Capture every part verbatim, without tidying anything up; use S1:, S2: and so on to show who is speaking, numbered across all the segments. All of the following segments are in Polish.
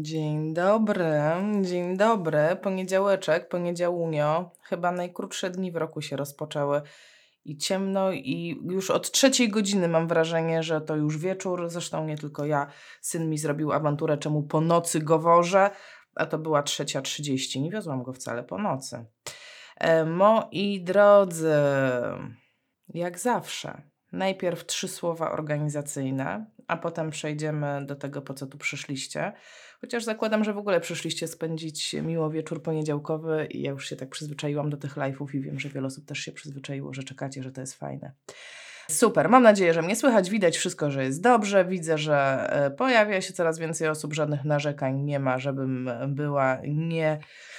S1: Dzień dobry, dzień dobry. Poniedziałeczek, poniedziałunio. Chyba najkrótsze dni w roku się rozpoczęły i ciemno i już od trzeciej godziny mam wrażenie, że to już wieczór. Zresztą nie tylko ja. Syn mi zrobił awanturę, czemu po nocy go wożę, a to była trzecia trzydzieści. Nie wiozłam go wcale po nocy. E, moi drodzy, jak zawsze, najpierw trzy słowa organizacyjne, a potem przejdziemy do tego, po co tu przyszliście. Chociaż zakładam, że w ogóle przyszliście spędzić miło wieczór poniedziałkowy i ja już się tak przyzwyczaiłam do tych live'ów i wiem, że wiele osób też się przyzwyczaiło, że czekacie, że to jest fajne. Super, mam nadzieję, że mnie słychać, widać wszystko, że jest dobrze, widzę, że e, pojawia się coraz więcej osób, żadnych narzekań nie ma, żebym była nie,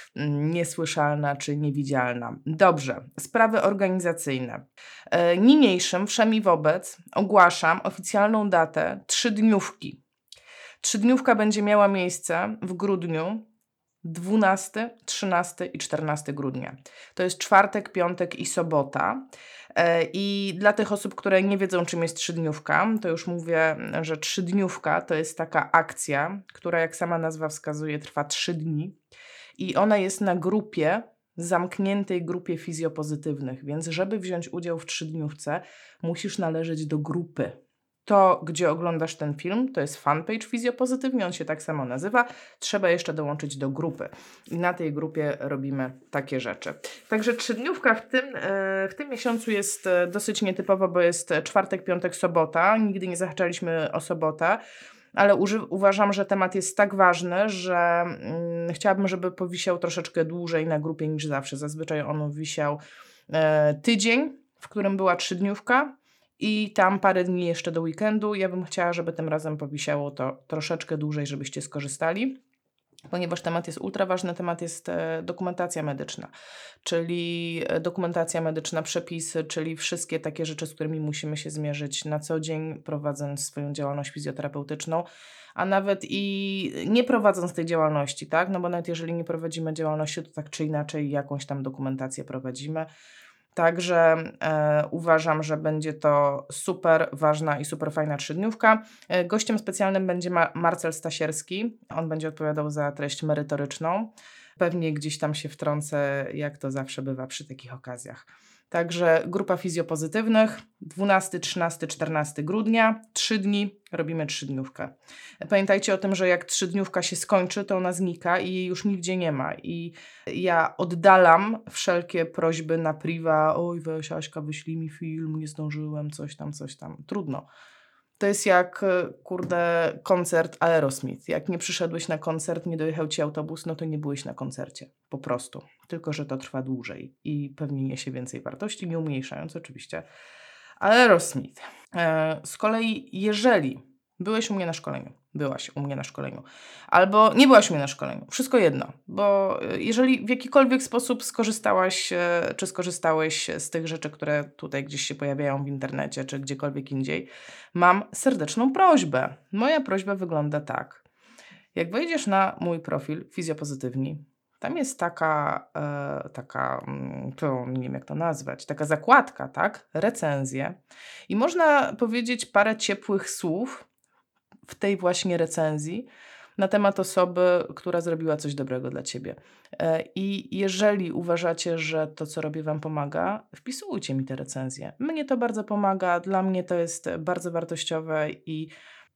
S1: niesłyszalna czy niewidzialna. Dobrze, sprawy organizacyjne. E, Niniejszym, wszemi wobec, ogłaszam oficjalną datę trzydniówki. Trzydniówka będzie miała miejsce w grudniu dwunastego, trzynastego i czternastego grudnia. To jest czwartek, piątek i sobota. E, I dla tych osób, które nie wiedzą, czym jest trzydniówka, to już mówię, że trzydniówka to jest taka akcja, która, jak sama nazwa wskazuje, trwa trzy dni i ona jest na grupie, zamkniętej grupie fizjopozytywnych, więc żeby wziąć udział w trzydniówce, musisz należeć do grupy. To, gdzie oglądasz ten film, to jest fanpage Fizjopozytywnie, on się tak samo nazywa. Trzeba jeszcze dołączyć do grupy. I na tej grupie robimy takie rzeczy. Także trzydniówka w tym, w tym miesiącu jest dosyć nietypowa, bo jest czwartek, piątek, sobota. Nigdy nie zahaczaliśmy o sobotę, ale uży- uważam, że temat jest tak ważny, że mm, chciałabym, żeby powisiał troszeczkę dłużej na grupie niż zawsze. Zazwyczaj on wisiał e, tydzień, w którym była trzydniówka. I tam parę dni jeszcze do weekendu. Ja bym chciała, żeby tym razem powisiało to troszeczkę dłużej, żebyście skorzystali, ponieważ temat jest ultra ważny, temat jest e, dokumentacja medyczna, czyli e, dokumentacja medyczna, przepisy, czyli wszystkie takie rzeczy, z którymi musimy się zmierzyć na co dzień, prowadząc swoją działalność fizjoterapeutyczną, a nawet i nie prowadząc tej działalności, tak? No bo nawet jeżeli nie prowadzimy działalności, to tak czy inaczej jakąś tam dokumentację prowadzimy. Także e, uważam, że będzie to super ważna i super fajna trzydniówka. E, gościem specjalnym będzie Ma- Marcel Stasierski. On będzie odpowiadał za treść merytoryczną. Pewnie gdzieś tam się wtrącę, jak to zawsze bywa przy takich okazjach. Także grupa fizjopozytywnych, dwunastego, trzynastego, czternastego grudnia, trzy dni, robimy trzydniówkę. Pamiętajcie o tym, że jak trzydniówka się skończy, to ona znika i jej już nigdzie nie ma. I ja oddalam wszelkie prośby na priwa, oj weź Aśka, wyślij mi film, nie zdążyłem, coś tam, coś tam. Trudno. To jest jak, e, kurde, koncert Aerosmith. Jak nie przyszedłeś na koncert, nie dojechał ci autobus, no to nie byłeś na koncercie. Po prostu. Tylko że to trwa dłużej i pewnie niesie więcej wartości, nie umniejszając oczywiście Aerosmith. E, z kolei, jeżeli byłeś u mnie na szkoleniu, byłaś u mnie na szkoleniu, albo nie byłaś u mnie na szkoleniu, wszystko jedno, bo e, jeżeli w jakikolwiek sposób skorzystałaś, e, czy skorzystałeś z tych rzeczy, które tutaj gdzieś się pojawiają w internecie, czy gdziekolwiek indziej, mam serdeczną prośbę. Moja prośba wygląda tak. Jak wejdziesz na mój profil Fizjopozytywni, tam jest taka, e, taka, mm, to nie wiem jak to nazwać, taka zakładka, tak? Recenzje. I można powiedzieć parę ciepłych słów w tej właśnie recenzji na temat osoby, która zrobiła coś dobrego dla ciebie. E, I jeżeli uważacie, że to, co robię, wam pomaga, wpisujcie mi te recenzje. Mnie to bardzo pomaga, dla mnie to jest bardzo wartościowe i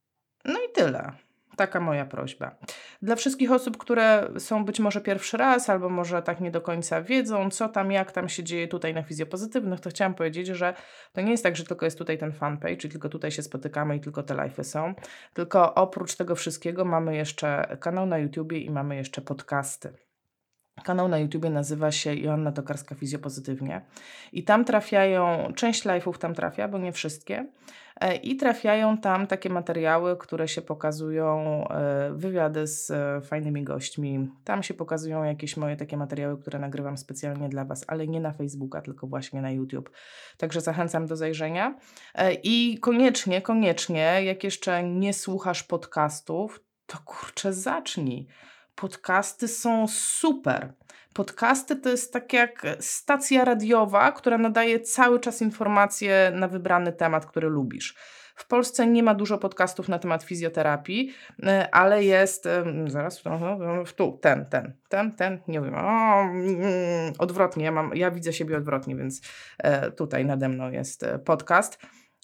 S1: no i tyle. Taka moja prośba. Dla wszystkich osób, które są być może pierwszy raz, albo może tak nie do końca wiedzą, co tam, jak tam się dzieje tutaj na Fizjopozytywnych, to chciałam powiedzieć, że to nie jest tak, że tylko jest tutaj ten fanpage i tylko tutaj się spotykamy i tylko te live'y są, tylko oprócz tego wszystkiego mamy jeszcze kanał na YouTubie i mamy jeszcze podcasty. Kanał na YouTubie nazywa się Joanna Tokarska Fizjopozytywnie i tam trafiają, część live'ów tam trafia, bo nie wszystkie, e, i trafiają tam takie materiały, które się pokazują, e, wywiady z e, fajnymi gośćmi. Tam się pokazują jakieś moje takie materiały, które nagrywam specjalnie dla Was, ale nie na Facebooka, tylko właśnie na YouTube. Także zachęcam do zajrzenia. E, I koniecznie, koniecznie, jak jeszcze nie słuchasz podcastów, to kurczę zacznij. Podcasty są super. Podcasty to jest tak jak stacja radiowa, która nadaje cały czas informacje na wybrany temat, który lubisz. W Polsce nie ma dużo podcastów na temat fizjoterapii, y, ale jest, ym, zaraz, w- tu, ten, ten, ten, ten, nie wiem, o, mm, odwrotnie, ja, mam, ja widzę siebie odwrotnie, więc e, tutaj nade mną jest e, podcast.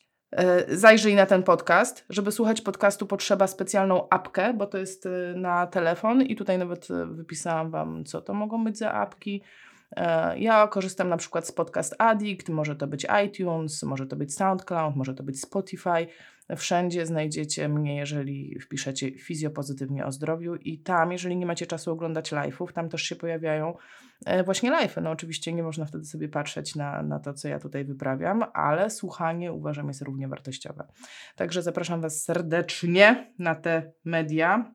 S1: E, Zajrzyj na ten podcast. Żeby słuchać podcastu, potrzeba specjalną apkę, bo to jest e, na telefon i tutaj nawet e, wypisałam Wam, co to mogą być za apki. E, Ja korzystam na przykład z Podcast Addict, może to być iTunes, może to być SoundCloud, może to być Spotify. Wszędzie znajdziecie mnie, jeżeli wpiszecie fizjopozytywnie o zdrowiu i tam, jeżeli nie macie czasu oglądać live'ów, tam też się pojawiają e, właśnie live'y. No oczywiście nie można wtedy sobie patrzeć na, na to, co ja tutaj wyprawiam, ale słuchanie uważam jest równie wartościowe. Także zapraszam Was serdecznie na te media.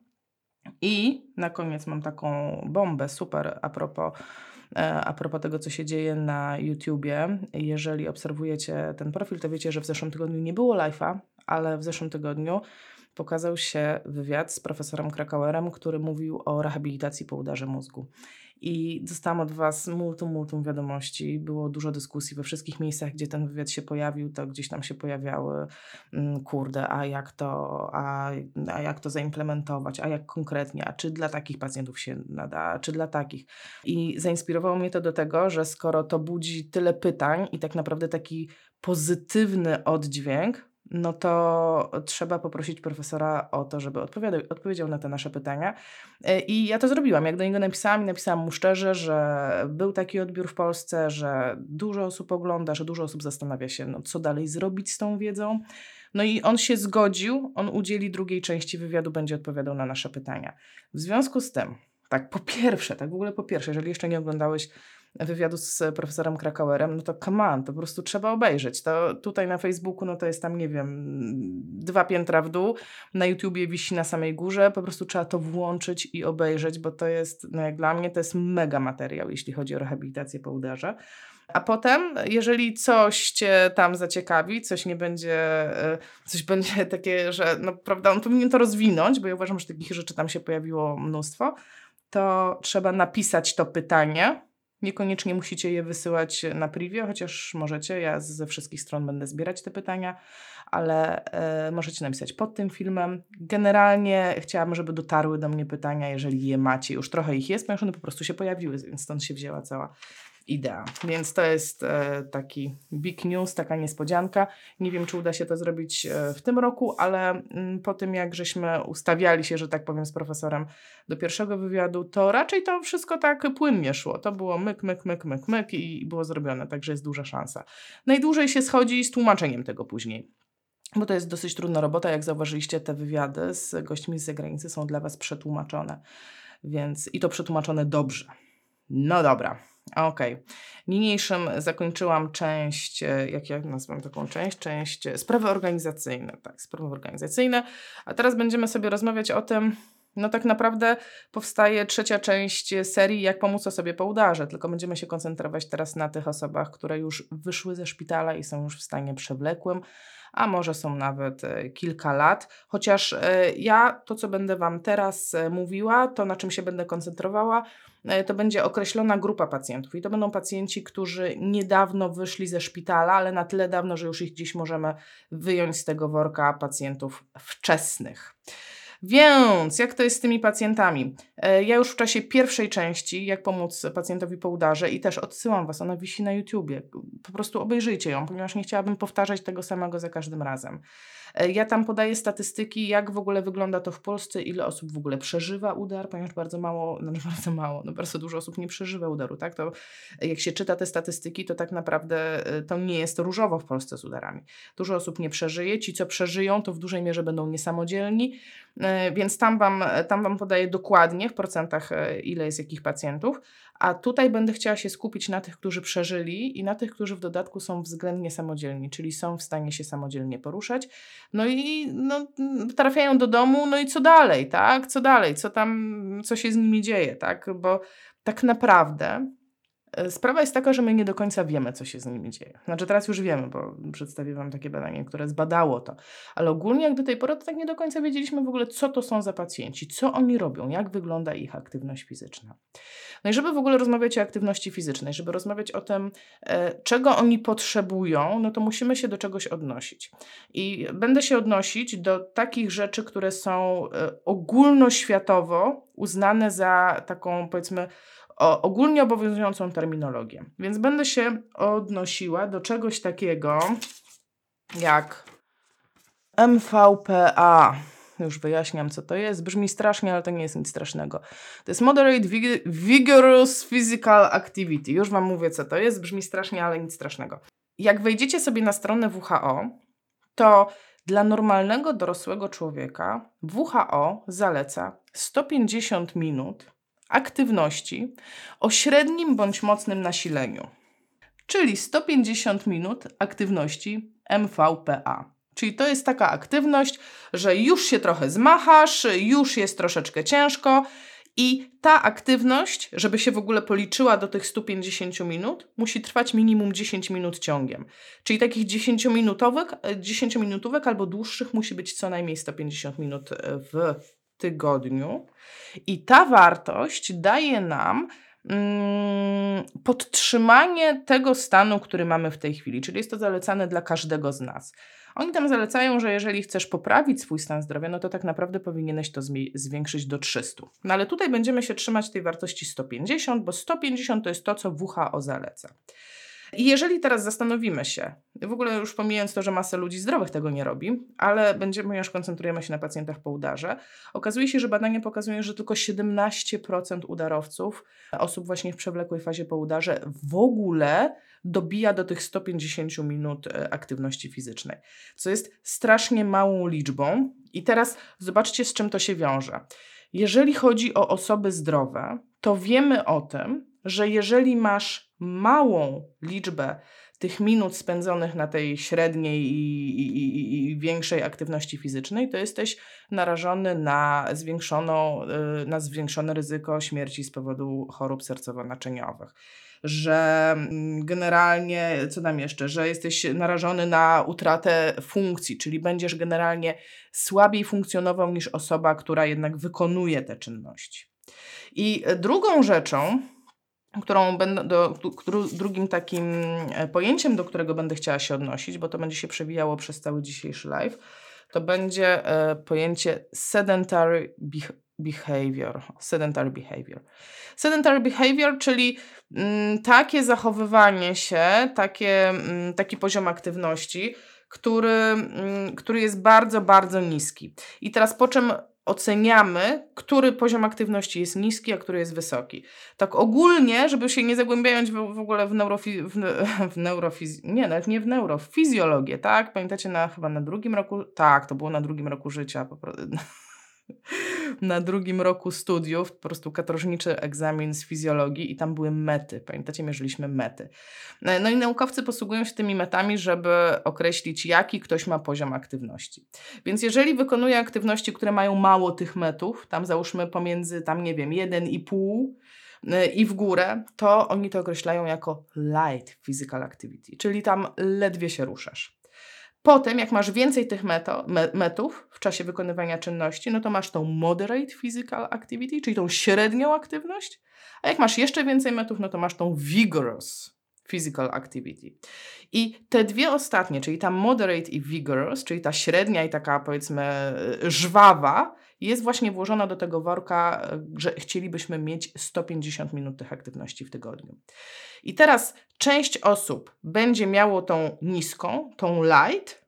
S1: I na koniec mam taką bombę super a propos, e, a propos tego, co się dzieje na YouTubie. Jeżeli obserwujecie ten profil, to wiecie, że w zeszłym tygodniu nie było live'a, ale w zeszłym tygodniu pokazał się wywiad z profesorem Krakauerem, który mówił o rehabilitacji po udarze mózgu. I dostałam od Was multum, multum wiadomości. Było dużo dyskusji we wszystkich miejscach, gdzie ten wywiad się pojawił, to gdzieś tam się pojawiały, mm, kurde, a jak to, a, a jak to zaimplementować, a jak konkretnie, a czy dla takich pacjentów się nada, a czy dla takich. I zainspirowało mnie to do tego, że skoro to budzi tyle pytań i tak naprawdę taki pozytywny oddźwięk, no to trzeba poprosić profesora o to, żeby odpowiadał, odpowiedział na te nasze pytania. E, I ja to zrobiłam. Jak do niego napisałam i napisałam mu szczerze, że był taki odbiór w Polsce, że dużo osób ogląda, że dużo osób zastanawia się, no, co dalej zrobić z tą wiedzą. No i on się zgodził, on udzieli drugiej części wywiadu, będzie odpowiadał na nasze pytania. W związku z tym, tak po pierwsze, tak w ogóle po pierwsze, jeżeli jeszcze nie oglądałeś wywiadu z profesorem Krakauerem, no to come on, to po prostu trzeba obejrzeć. To tutaj na Facebooku, no to jest tam, nie wiem, dwa piętra w dół, na YouTubie wisi na samej górze, po prostu trzeba to włączyć i obejrzeć, bo to jest, no jak dla mnie, to jest mega materiał, jeśli chodzi o rehabilitację po udarze. A potem, jeżeli coś Cię tam zaciekawi, coś nie będzie, e, coś będzie takie, że no prawda, on powinien to rozwinąć, bo ja uważam, że takich rzeczy tam się pojawiło mnóstwo, to trzeba napisać to pytanie. Niekoniecznie musicie je wysyłać na privie, chociaż możecie. Ja ze wszystkich stron będę zbierać te pytania, ale e, możecie napisać pod tym filmem. Generalnie chciałabym, żeby dotarły do mnie pytania, jeżeli je macie. Już trochę ich jest, ponieważ one po prostu się pojawiły, więc stąd się wzięła cała idea. Więc to jest e, taki big news, taka niespodzianka. Nie wiem, czy uda się to zrobić e, w tym roku, ale mm, po tym, jak żeśmy ustawiali się, że tak powiem, z profesorem do pierwszego wywiadu, to raczej to wszystko tak płynnie szło. To było myk, myk, myk, myk, myk i, i było zrobione, także jest duża szansa. Najdłużej się schodzi z tłumaczeniem tego później. Bo to jest dosyć trudna robota, jak zauważyliście, te wywiady z gośćmi z zagranicy są dla Was przetłumaczone, więc i to przetłumaczone dobrze. No dobra, okej. Niniejszym zakończyłam część, e, jak ja nazywam taką część, część e, sprawy organizacyjne, tak, sprawy organizacyjne, a teraz będziemy sobie rozmawiać o tym, no tak naprawdę powstaje trzecia część serii Jak pomóc osobie po udarze, tylko będziemy się koncentrować teraz na tych osobach, które już wyszły ze szpitala i są już w stanie przewlekłym, a może są nawet e, kilka lat. Chociaż e, ja to, co będę Wam teraz e, mówiła, to na czym się będę koncentrowała, e, to będzie określona grupa pacjentów. I to będą pacjenci, którzy niedawno wyszli ze szpitala, ale na tyle dawno, że już ich gdzieś możemy wyjąć z tego worka pacjentów wczesnych. Więc jak to jest z tymi pacjentami? E, Ja już w czasie pierwszej części, jak pomóc pacjentowi po udarze, i też odsyłam Was, ona wisi na YouTubie. Po prostu obejrzyjcie ją, ponieważ nie chciałabym powtarzać tego samego za każdym razem. E, Ja tam podaję statystyki, jak w ogóle wygląda to w Polsce, ile osób w ogóle przeżywa udar, ponieważ bardzo mało, no bardzo mało, no bardzo dużo osób nie przeżywa udaru, tak? To e, jak się czyta te statystyki, to tak naprawdę e, to nie jest różowo w Polsce z udarami. Dużo osób nie przeżyje, ci co przeżyją, to w dużej mierze będą niesamodzielni, E, Więc tam wam, tam wam podaję dokładnie w procentach, e, ile jest jakich pacjentów, a tutaj będę chciała się skupić na tych, którzy przeżyli i na tych, którzy w dodatku są względnie samodzielni, czyli są w stanie się samodzielnie poruszać. No i no, trafiają do domu, no i co dalej, tak? Co dalej? Co tam, co się z nimi dzieje, tak? Bo tak naprawdę E, Sprawa jest taka, że my nie do końca wiemy, co się z nimi dzieje. Znaczy teraz już wiemy, bo przedstawię Wam takie badanie, które zbadało to. Ale ogólnie jak do tej pory, to tak nie do końca wiedzieliśmy w ogóle, co to są za pacjenci, co oni robią, jak wygląda ich aktywność fizyczna. No i żeby w ogóle rozmawiać o aktywności fizycznej, żeby rozmawiać o tym, e, czego oni potrzebują, no to musimy się do czegoś odnosić. I będę się odnosić do takich rzeczy, które są e, ogólnoświatowo uznane za taką, powiedzmy, o, ogólnie obowiązującą terminologię. Więc będę się odnosiła do czegoś takiego jak M V P A. Już wyjaśniam, co to jest. Brzmi strasznie, ale to nie jest nic strasznego. To jest Moderate Vig- Vigorous Physical Activity. Już Wam mówię, co to jest. Brzmi strasznie, ale nic strasznego. Jak wejdziecie sobie na stronę W H O, to dla normalnego dorosłego człowieka W H O zaleca sto pięćdziesiąt minut aktywności o średnim bądź mocnym nasileniu. Czyli sto pięćdziesiąt minut aktywności M V P A. Czyli to jest taka aktywność, że już się trochę zmachasz, już jest troszeczkę ciężko i ta aktywność, żeby się w ogóle policzyła do tych stu pięćdziesięciu minut, musi trwać minimum dziesięć minut ciągiem. Czyli takich dziesięciominutowych, dziesięciominutówek albo dłuższych musi być co najmniej sto pięćdziesiąt minut w tygodniu. I ta wartość daje nam mm, podtrzymanie tego stanu, który mamy w tej chwili. Czyli jest to zalecane dla każdego z nas. Oni tam zalecają, że jeżeli chcesz poprawić swój stan zdrowia, no to tak naprawdę powinieneś to zmi- zwiększyć do trzystu. No ale tutaj będziemy się trzymać tej wartości sto pięćdziesiąt, bo sto pięćdziesiąt to jest to, co W H O zaleca. I jeżeli teraz zastanowimy się, w ogóle już pomijając to, że masa ludzi zdrowych tego nie robi, ale będziemy, ponieważ koncentrujemy się na pacjentach po udarze, okazuje się, że badania pokazują, że tylko siedemnaście procent udarowców, osób właśnie w przewlekłej fazie po udarze, w ogóle dobija do tych stu pięćdziesięciu minut aktywności fizycznej, co jest strasznie małą liczbą. I teraz zobaczcie, z czym to się wiąże. Jeżeli chodzi o osoby zdrowe, to wiemy o tym, że jeżeli masz małą liczbę tych minut spędzonych na tej średniej i, i, i, i większej aktywności fizycznej, to jesteś narażony na, zwiększoną, na zwiększone ryzyko śmierci z powodu chorób sercowo-naczyniowych. Że generalnie, co tam jeszcze, że jesteś narażony na utratę funkcji, czyli będziesz generalnie słabiej funkcjonował niż osoba, która jednak wykonuje te czynności. I drugą rzeczą, którą będę, do, którą, drugim takim pojęciem, do którego będę chciała się odnosić, bo to będzie się przewijało przez cały dzisiejszy live, to będzie e, pojęcie sedentary behavior. Sedentary behavior. Sedentary behavior, czyli mm, takie zachowywanie się, takie, mm, taki poziom aktywności, który, mm, który jest bardzo, bardzo niski. I teraz po czym oceniamy, który poziom aktywności jest niski, a który jest wysoki. Tak ogólnie, żeby się nie zagłębiając w, w ogóle w, neurofi, w, w neurofiz... nie, nawet nie w neurofizjologię, tak? Pamiętacie na, chyba na drugim roku, tak, to było na drugim roku życia, po prostu. Na drugim roku studiów, po prostu katorżniczy egzamin z fizjologii i tam były mety. Pamiętacie, mierzyliśmy mety. No i naukowcy posługują się tymi metami, żeby określić, jaki ktoś ma poziom aktywności. Więc jeżeli wykonuje aktywności, które mają mało tych metów, tam załóżmy pomiędzy, tam nie wiem, jeden i pół i w górę, to oni to określają jako light physical activity, czyli tam ledwie się ruszasz. Potem, jak masz więcej tych meto, me, metów w czasie wykonywania czynności, no to masz tą moderate physical activity, czyli tą średnią aktywność, a jak masz jeszcze więcej metów, no to masz tą vigorous physical activity. I te dwie ostatnie, czyli ta moderate i vigorous, czyli ta średnia i taka, powiedzmy, żwawa, jest właśnie włożona do tego worka, że chcielibyśmy mieć sto pięćdziesiąt minut tych aktywności w tygodniu. I teraz część osób będzie miało tą niską, tą light,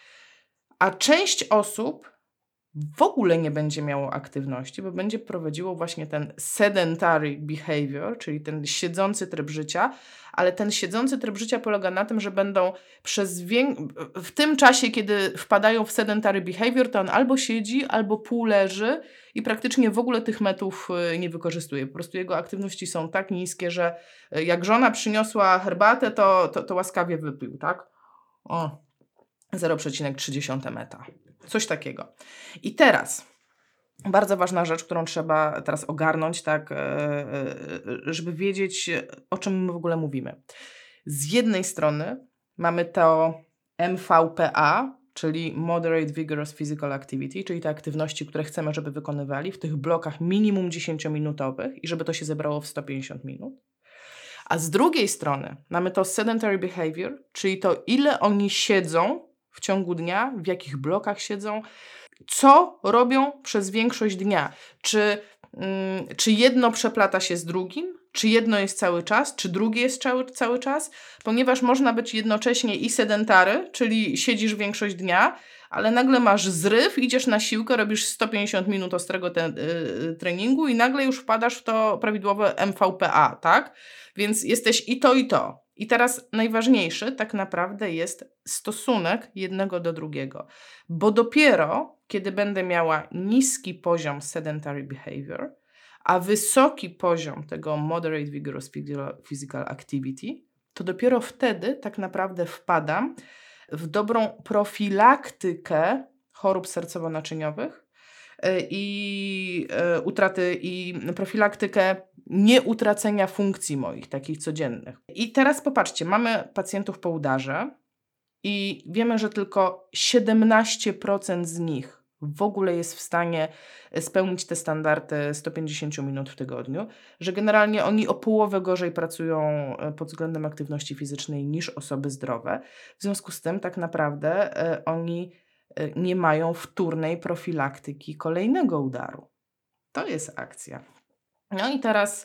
S1: a część osób w ogóle nie będzie miało aktywności, bo będzie prowadziło właśnie ten sedentary behavior, czyli ten siedzący tryb życia, ale ten siedzący tryb życia polega na tym, że będą przez wiek- w tym czasie, kiedy wpadają w sedentary behavior, to on albo siedzi, albo pół leży i praktycznie w ogóle tych metów nie wykorzystuje. Po prostu jego aktywności są tak niskie, że jak żona przyniosła herbatę, to, to, to łaskawie wypił, tak? O, zero przecinek trzy meta. Coś takiego. I teraz Bardzo ważna rzecz, którą trzeba teraz ogarnąć, tak, e, e, żeby wiedzieć, o czym my w ogóle mówimy. Z jednej strony mamy to M V P A, czyli Moderate Vigorous Physical Activity, czyli te aktywności, które chcemy, żeby wykonywali w tych blokach minimum dziesięciominutowych i żeby to się zebrało w sto pięćdziesiąt minut. A z drugiej strony mamy to Sedentary Behavior, czyli to, ile oni siedzą w ciągu dnia, w jakich blokach siedzą, co robią przez większość dnia. Czy, mm, czy jedno przeplata się z drugim, czy jedno jest cały czas, czy drugie jest cały, cały czas, ponieważ można być jednocześnie i sedentary, czyli siedzisz większość dnia, ale nagle masz zryw, idziesz na siłkę, robisz sto pięćdziesiąt minut ostrego te, yy, treningu i nagle już wpadasz w to prawidłowe M V P A, tak? Więc jesteś i to, i to. I teraz najważniejszy tak naprawdę jest stosunek jednego do drugiego, bo dopiero kiedy będę miała niski poziom sedentary behavior, a wysoki poziom tego moderate vigorous physical activity, to dopiero wtedy tak naprawdę wpadam w dobrą profilaktykę chorób sercowo-naczyniowych i y, utraty i profilaktykę nieutracenia funkcji moich, takich codziennych. I teraz popatrzcie, mamy pacjentów po udarze i wiemy, że tylko siedemnaście procent z nich w ogóle jest w stanie spełnić te standardy sto pięćdziesiąt minut w tygodniu, że generalnie oni o połowę gorzej pracują pod względem aktywności fizycznej niż osoby zdrowe. W związku z tym tak naprawdę y, oni y, nie mają wtórnej profilaktyki kolejnego udaru. To jest akcja. No i teraz,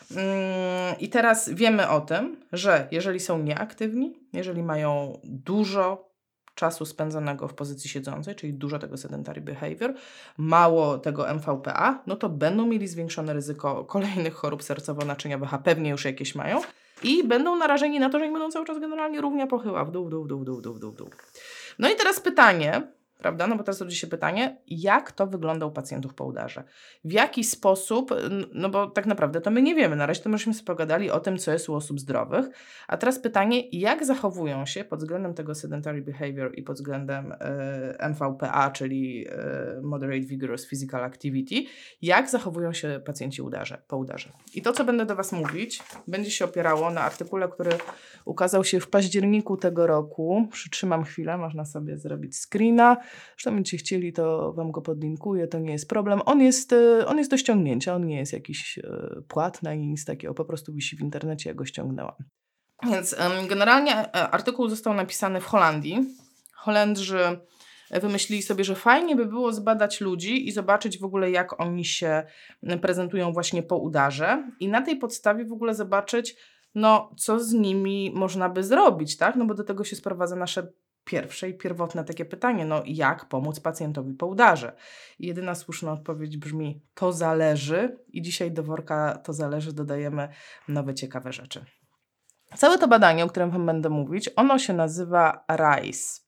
S1: mm, i teraz wiemy o tym, że jeżeli są nieaktywni, jeżeli mają dużo czasu spędzonego w pozycji siedzącej, czyli dużo tego sedentary behavior, mało tego M V P A, no to będą mieli zwiększone ryzyko kolejnych chorób sercowo-naczyniowych, a pewnie już jakieś mają, i będą narażeni na to, że im będą cały czas generalnie równia pochyła w dół, w dół, w dół, w dół, w dół, w dół, w dół. No i teraz pytanie, prawda? No bo teraz rodzi się pytanie, jak to wygląda u pacjentów po udarze? W jaki sposób, no bo tak naprawdę to my nie wiemy. Na razie to myśmy sobie pogadali o tym, co jest u osób zdrowych. A teraz pytanie, jak zachowują się pod względem tego sedentary behavior i pod względem y, M V P A, czyli y, Moderate Vigorous Physical Activity, jak zachowują się pacjenci udarze, po udarze. I to, co będę do Was mówić, będzie się opierało na artykule, który ukazał się w październiku tego roku. Przytrzymam chwilę, można sobie zrobić screena. Zresztą będziecie chcieli, to Wam go podlinkuję, to nie jest problem. On jest, on jest do ściągnięcia, on nie jest jakiś płatny ani nic takiego, po prostu wisi w internecie, ja go ściągnęłam. Więc generalnie artykuł został napisany w Holandii. Holendrzy wymyślili sobie, że fajnie by było zbadać ludzi i zobaczyć w ogóle, jak oni się prezentują właśnie po udarze i na tej podstawie w ogóle zobaczyć, no, co z nimi można by zrobić, tak? No bo do tego się sprowadza nasze pierwsze i pierwotne takie pytanie, no jak pomóc pacjentowi po udarze? I jedyna słuszna odpowiedź brzmi, to zależy, i dzisiaj do worka to zależy dodajemy nowe ciekawe rzeczy. Całe to badanie, o którym Wam będę mówić, ono się nazywa RISE.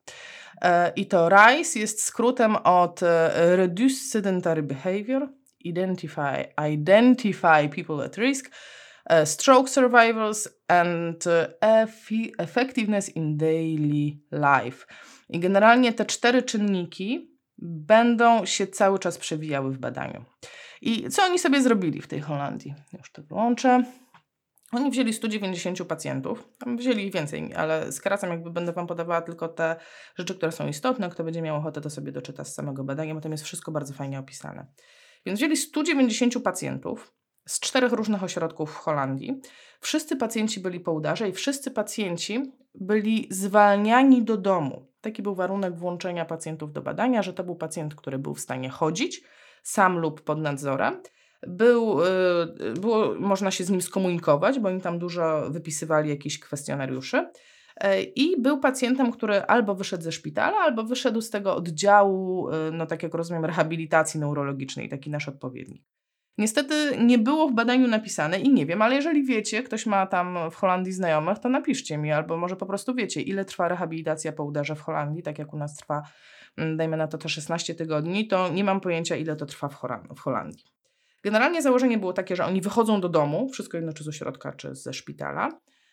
S1: I to RISE jest skrótem od Reduce Sedentary Behavior, Identify, identify People at Risk, uh, Stroke Survivals and uh, effi- Effectiveness in Daily Life. I generalnie te cztery czynniki będą się cały czas przewijały w badaniu. I co oni sobie zrobili w tej Holandii? Już to wyłączę. Oni wzięli sto dziewięćdziesięciu pacjentów, tam wzięli ich więcej, ale skracam, jakby będę Wam podawała tylko te rzeczy, które są istotne. Kto będzie miał ochotę, to sobie doczyta z samego badania, bo tam jest wszystko bardzo fajnie opisane. Więc wzięli sto dziewięćdziesięciu pacjentów z czterech różnych ośrodków w Holandii. Wszyscy pacjenci byli po udarze i wszyscy pacjenci byli zwalniani do domu. Taki był warunek włączenia pacjentów do badania, że to był pacjent, który był w stanie chodzić sam lub pod nadzorem. Był, yy, było można się z nim skomunikować, bo oni tam dużo wypisywali jakichś kwestionariuszy. Yy, I był pacjentem, który albo wyszedł ze szpitala, albo wyszedł z tego oddziału, yy, no tak jak rozumiem, rehabilitacji neurologicznej, taki nasz odpowiednik. Niestety nie było w badaniu napisane i nie wiem, ale jeżeli wiecie, ktoś ma tam w Holandii znajomych, to napiszcie mi, albo może po prostu wiecie, ile trwa rehabilitacja po udarze w Holandii, tak jak u nas trwa, dajmy na to te szesnaście tygodni, to nie mam pojęcia, ile to trwa w, Horan- w Holandii. Generalnie założenie było takie, że oni wychodzą do domu, wszystko jedno czy z ośrodka, czy ze szpitala,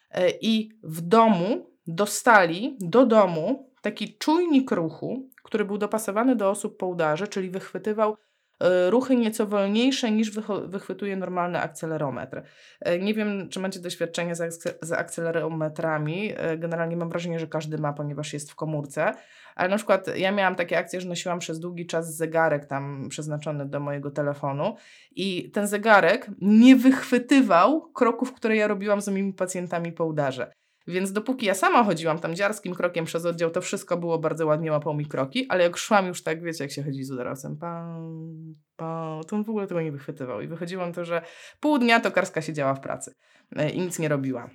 S1: i w domu dostali do domu taki czujnik ruchu, który był dopasowany do osób po udarze, czyli wychwytywał y, ruchy nieco wolniejsze niż wycho- wychwytuje normalny akcelerometr. Y, Nie wiem, czy macie doświadczenie z, akce- z akcelerometrami. Y, Generalnie mam wrażenie, że każdy ma, ponieważ jest w komórce. Ale na przykład ja miałam takie akcje, że nosiłam przez długi czas zegarek tam przeznaczony do mojego telefonu i ten zegarek nie wychwytywał kroków, które ja robiłam z moimi pacjentami po udarze. Więc dopóki ja sama chodziłam tam dziarskim krokiem przez oddział, to wszystko było bardzo ładnie, łapało mi kroki, ale jak szłam już tak, wiecie, jak się chodzi z udarowcem, pam, pam, to on w ogóle tego nie wychwytywał. I wychodziło na to, że pół dnia tokarska siedziała w pracy e, i nic nie robiła.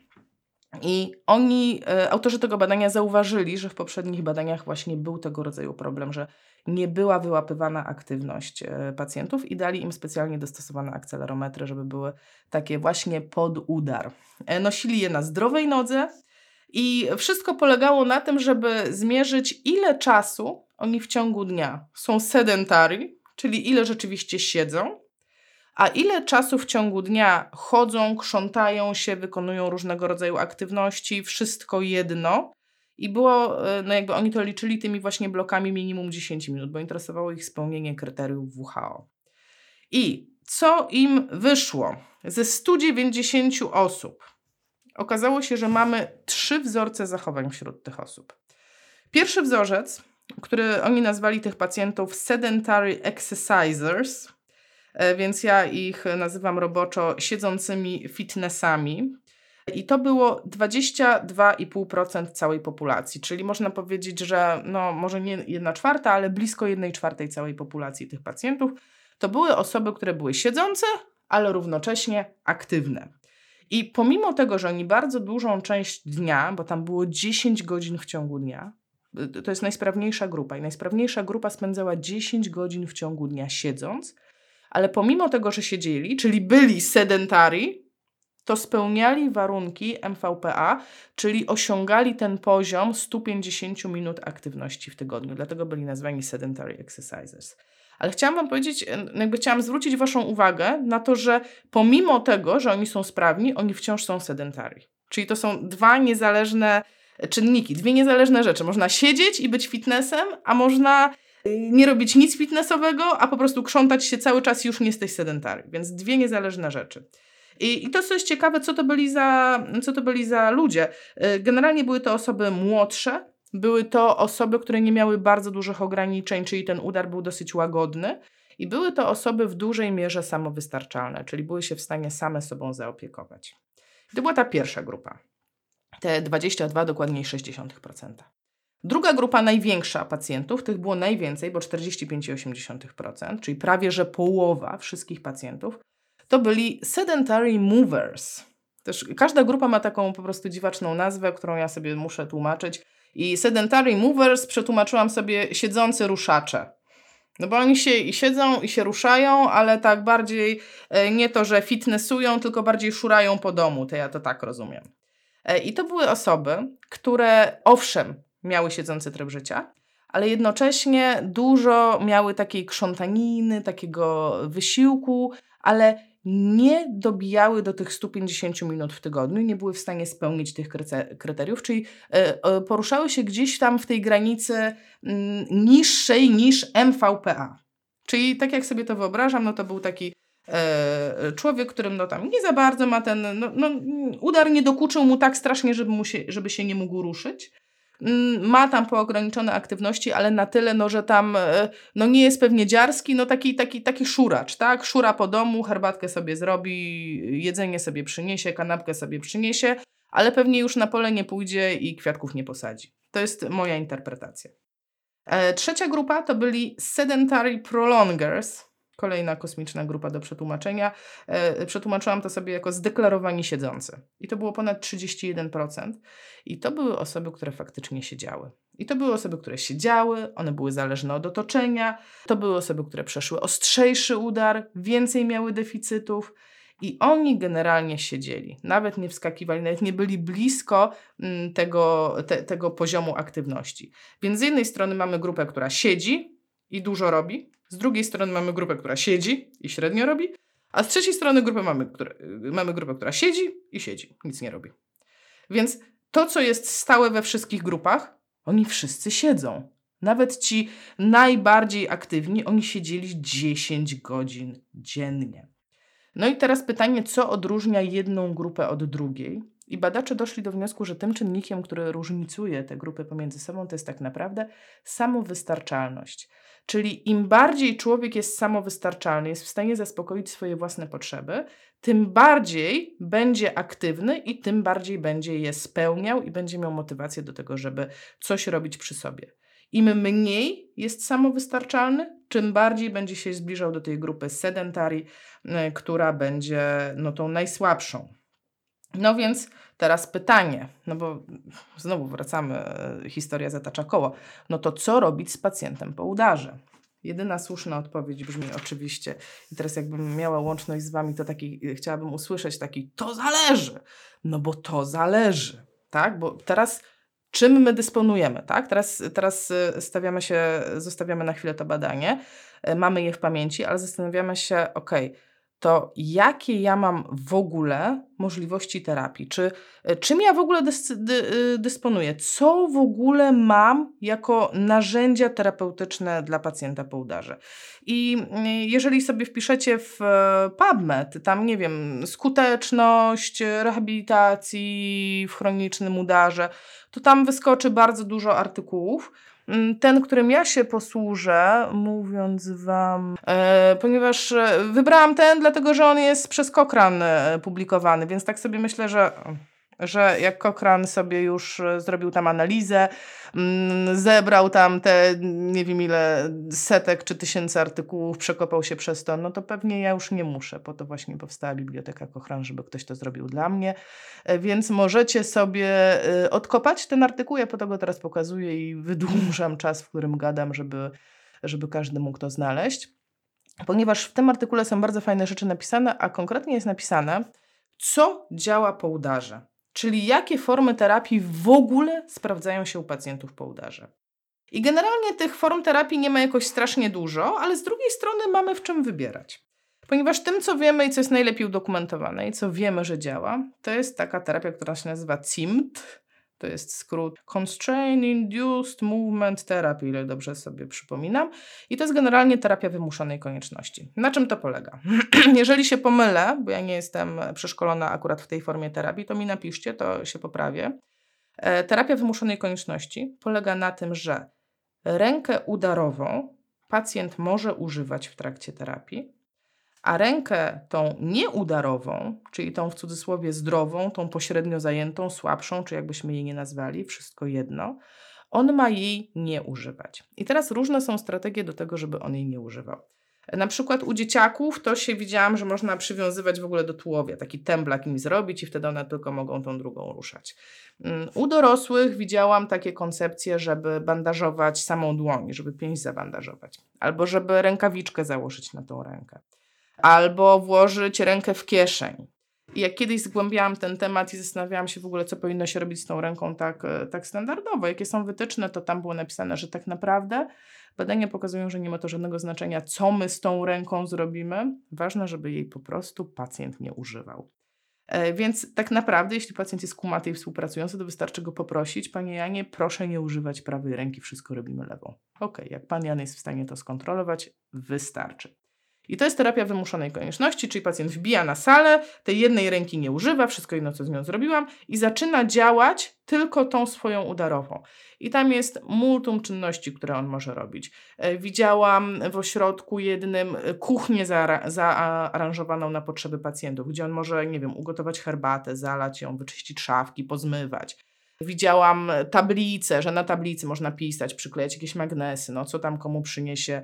S1: I oni, e, autorzy tego badania zauważyli, że w poprzednich badaniach właśnie był tego rodzaju problem, że nie była wyłapywana aktywność e, pacjentów i dali im specjalnie dostosowane akcelerometry, żeby były takie właśnie pod udar. E, nosili je na zdrowej nodze i wszystko polegało na tym, żeby zmierzyć, ile czasu oni w ciągu dnia są sedentary, czyli ile rzeczywiście siedzą, a ile czasu w ciągu dnia chodzą, krzątają się, wykonują różnego rodzaju aktywności, wszystko jedno. I było, e, no jakby oni to liczyli tymi właśnie blokami minimum dziesięć minut, bo interesowało ich spełnienie kryteriów W H O. I co im wyszło? Ze stu dziewięćdziesięciu osób okazało się, że mamy trzy wzorce zachowań wśród tych osób. Pierwszy wzorzec, który oni nazwali tych pacjentów sedentary exercisers, e, więc ja ich nazywam roboczo siedzącymi fitnessami. I to było dwadzieścia dwa i pół procent całej populacji, czyli można powiedzieć, że no może nie jedna czwarta, ale blisko jednej czwartej całej populacji tych pacjentów to były osoby, które były siedzące, ale równocześnie aktywne. I pomimo tego, że oni bardzo dużą część dnia, bo tam było dziesięć godzin w ciągu dnia, y, to jest najsprawniejsza grupa i najsprawniejsza grupa spędzała dziesięć godzin w ciągu dnia siedząc, ale pomimo tego, że siedzieli, czyli byli sedentary, to spełniali warunki M V P A, czyli osiągali ten poziom stu pięćdziesięciu minut aktywności w tygodniu. Dlatego byli nazwani sedentary exercisers. Ale chciałam wam powiedzieć, no jakby chciałam zwrócić waszą uwagę na to, że pomimo tego, że oni są sprawni, oni wciąż są sedentary. Czyli to są dwa niezależne czynniki, dwie niezależne rzeczy. Można siedzieć i być fitnessem, a można y, nie robić nic fitnessowego, a po prostu krzątać się cały czas i już nie jesteś sedentary. Więc dwie niezależne rzeczy. I, I to, co jest ciekawe, co to byli za, co to byli za ludzie. Y, Generalnie były to osoby młodsze, były to osoby, które nie miały bardzo dużych ograniczeń, czyli ten udar był dosyć łagodny. I były to osoby w dużej mierze samowystarczalne, czyli były się w stanie same sobą zaopiekować. To była ta pierwsza grupa. Te dwadzieścia dwa, dokładniej sześćdziesiąt procent. Druga grupa największa pacjentów, tych było najwięcej, bo czterdzieści pięć przecinek osiem procent, czyli prawie że połowa wszystkich pacjentów, to byli sedentary movers. Też każda grupa ma taką po prostu dziwaczną nazwę, którą ja sobie muszę tłumaczyć. I sedentary movers przetłumaczyłam sobie siedzący ruszacze. No bo oni się i siedzą i się ruszają, ale tak bardziej e, nie to, że fitnessują, tylko bardziej szurają po domu. To ja to tak rozumiem. E, I to były osoby, które owszem miały siedzący tryb życia, ale jednocześnie dużo miały takiej krzątaniny, takiego wysiłku, ale nie dobijały do tych stu pięćdziesięciu minut w tygodniu, nie były w stanie spełnić tych kryce- kryteriów, czyli e, e, poruszały się gdzieś tam w tej granicy mm, niższej niż M V P A. Czyli tak jak sobie to wyobrażam, no to był taki e, człowiek, którym no tam nie za bardzo ma ten, no, no, udar nie dokuczył mu tak strasznie, żeby, mu się, żeby się nie mógł ruszyć. Ma tam poograniczone aktywności, ale na tyle, no, że tam no, nie jest pewnie dziarski, no taki, taki, taki szuracz, tak? Szura po domu, herbatkę sobie zrobi, jedzenie sobie przyniesie, kanapkę sobie przyniesie, ale pewnie już na pole nie pójdzie i kwiatków nie posadzi. To jest moja interpretacja. E, trzecia grupa to byli sedentary prolongers, kolejna kosmiczna grupa do przetłumaczenia. E, przetłumaczyłam to sobie jako zdeklarowani siedzący. I to było ponad trzydzieści jeden procent. I to były osoby, które faktycznie siedziały. I to były osoby, które siedziały, one były zależne od otoczenia. To były osoby, które przeszły ostrzejszy udar, więcej miały deficytów. I oni generalnie siedzieli, nawet nie wskakiwali, nawet nie byli blisko mm, tego, te, tego poziomu aktywności. Więc z jednej strony mamy grupę, która siedzi i dużo robi, z drugiej strony mamy grupę, która siedzi i średnio robi, a z trzeciej strony grupę mamy, które, mamy grupę, która siedzi i siedzi, nic nie robi. Więc to, co jest stałe we wszystkich grupach, oni wszyscy siedzą. Nawet ci najbardziej aktywni, oni siedzieli dziesięć godzin dziennie. No i teraz pytanie, co odróżnia jedną grupę od drugiej? I badacze doszli do wniosku, że tym czynnikiem, który różnicuje te grupy pomiędzy sobą, to jest tak naprawdę samowystarczalność. Czyli im bardziej człowiek jest samowystarczalny, jest w stanie zaspokoić swoje własne potrzeby, tym bardziej będzie aktywny i tym bardziej będzie je spełniał i będzie miał motywację do tego, żeby coś robić przy sobie. Im mniej jest samowystarczalny, tym bardziej będzie się zbliżał do tej grupy sedentary, która będzie no, tą najsłabszą. No więc teraz pytanie, no bo znowu wracamy, historia zatacza koło. No to co robić z pacjentem po udarze? Jedyna słuszna odpowiedź brzmi oczywiście, i teraz jakbym miała łączność z wami, to taki, chciałabym usłyszeć taki, to zależy. No bo to zależy, tak? Bo teraz czym my dysponujemy, tak? Teraz, teraz stawiamy się, zostawiamy na chwilę to badanie, mamy je w pamięci, ale zastanawiamy się, okej, okay, to jakie ja mam w ogóle możliwości terapii? Czy, czym ja w ogóle dys, dy, dysponuję? Co w ogóle mam jako narzędzia terapeutyczne dla pacjenta po udarze? I jeżeli sobie wpiszecie w PubMed, tam nie wiem, skuteczność rehabilitacji w chronicznym udarze, to tam wyskoczy bardzo dużo artykułów. Ten, którym ja się posłużę, mówiąc wam, e, ponieważ wybrałam ten, dlatego że on jest przez Cochrane publikowany, więc tak sobie myślę, że, że jak Cochrane sobie już zrobił tam analizę, mm, zebrał tam te nie wiem ile setek czy tysięcy artykułów, przekopał się przez to, no to pewnie ja już nie muszę, po to właśnie powstała Biblioteka Cochrane, żeby ktoś to zrobił dla mnie, e, więc możecie sobie e, odkopać ten artykuł, ja po to go teraz pokazuję i wydłużam czas, w którym gadam, żeby, żeby każdy mógł to znaleźć, ponieważ w tym artykule są bardzo fajne rzeczy napisane, a konkretnie jest napisane, co działa po udarze. Czyli jakie formy terapii w ogóle sprawdzają się u pacjentów po udarze. I generalnie tych form terapii nie ma jakoś strasznie dużo, ale z drugiej strony mamy w czym wybierać. Ponieważ tym, co wiemy i co jest najlepiej udokumentowane i co wiemy, że działa, to jest taka terapia, która się nazywa C I M T. To jest skrót Constraint Induced Movement Therapy, ile dobrze sobie przypominam. I to jest generalnie terapia wymuszonej konieczności. Na czym to polega? Jeżeli się pomylę, bo ja nie jestem przeszkolona akurat w tej formie terapii, to mi napiszcie, to się poprawię. E, terapia wymuszonej konieczności polega na tym, że rękę udarową pacjent może używać w trakcie terapii, a rękę tą nieudarową, czyli tą w cudzysłowie zdrową, tą pośrednio zajętą, słabszą, czy jakbyśmy jej nie nazwali, wszystko jedno, on ma jej nie używać. I teraz różne są strategie do tego, żeby on jej nie używał. Na przykład u dzieciaków to się widziałam, że można przywiązywać w ogóle do tułowia, taki temblak im zrobić i wtedy one tylko mogą tą drugą ruszać. U dorosłych widziałam takie koncepcje, żeby bandażować samą dłoń, żeby pięść zabandażować, albo żeby rękawiczkę założyć na tą rękę, albo włożyć rękę w kieszeń. I jak kiedyś zgłębiałam ten temat i zastanawiałam się w ogóle, co powinno się robić z tą ręką tak, tak standardowo, jakie są wytyczne, to tam było napisane, że tak naprawdę badania pokazują, że nie ma to żadnego znaczenia, co my z tą ręką zrobimy. Ważne, żeby jej po prostu pacjent nie używał. E, więc tak naprawdę, jeśli pacjent jest kumaty i współpracujący, to wystarczy go poprosić, panie Janie, proszę nie używać prawej ręki, wszystko robimy lewą. Okej, jak pan Jan jest w stanie to skontrolować, wystarczy. I to jest terapia wymuszonej konieczności, czyli pacjent wbija na salę, tej jednej ręki nie używa, wszystko jedno, co z nią zrobiłam i zaczyna działać tylko tą swoją udarową. I tam jest multum czynności, które on może robić. E, widziałam w ośrodku jednym kuchnię zaara- zaaranżowaną na potrzeby pacjentów, gdzie on może, nie wiem, ugotować herbatę, zalać ją, wyczyścić szafki, pozmywać. Widziałam tablicę, że na tablicy można pisać, przyklejać jakieś magnesy, no co tam komu przyniesie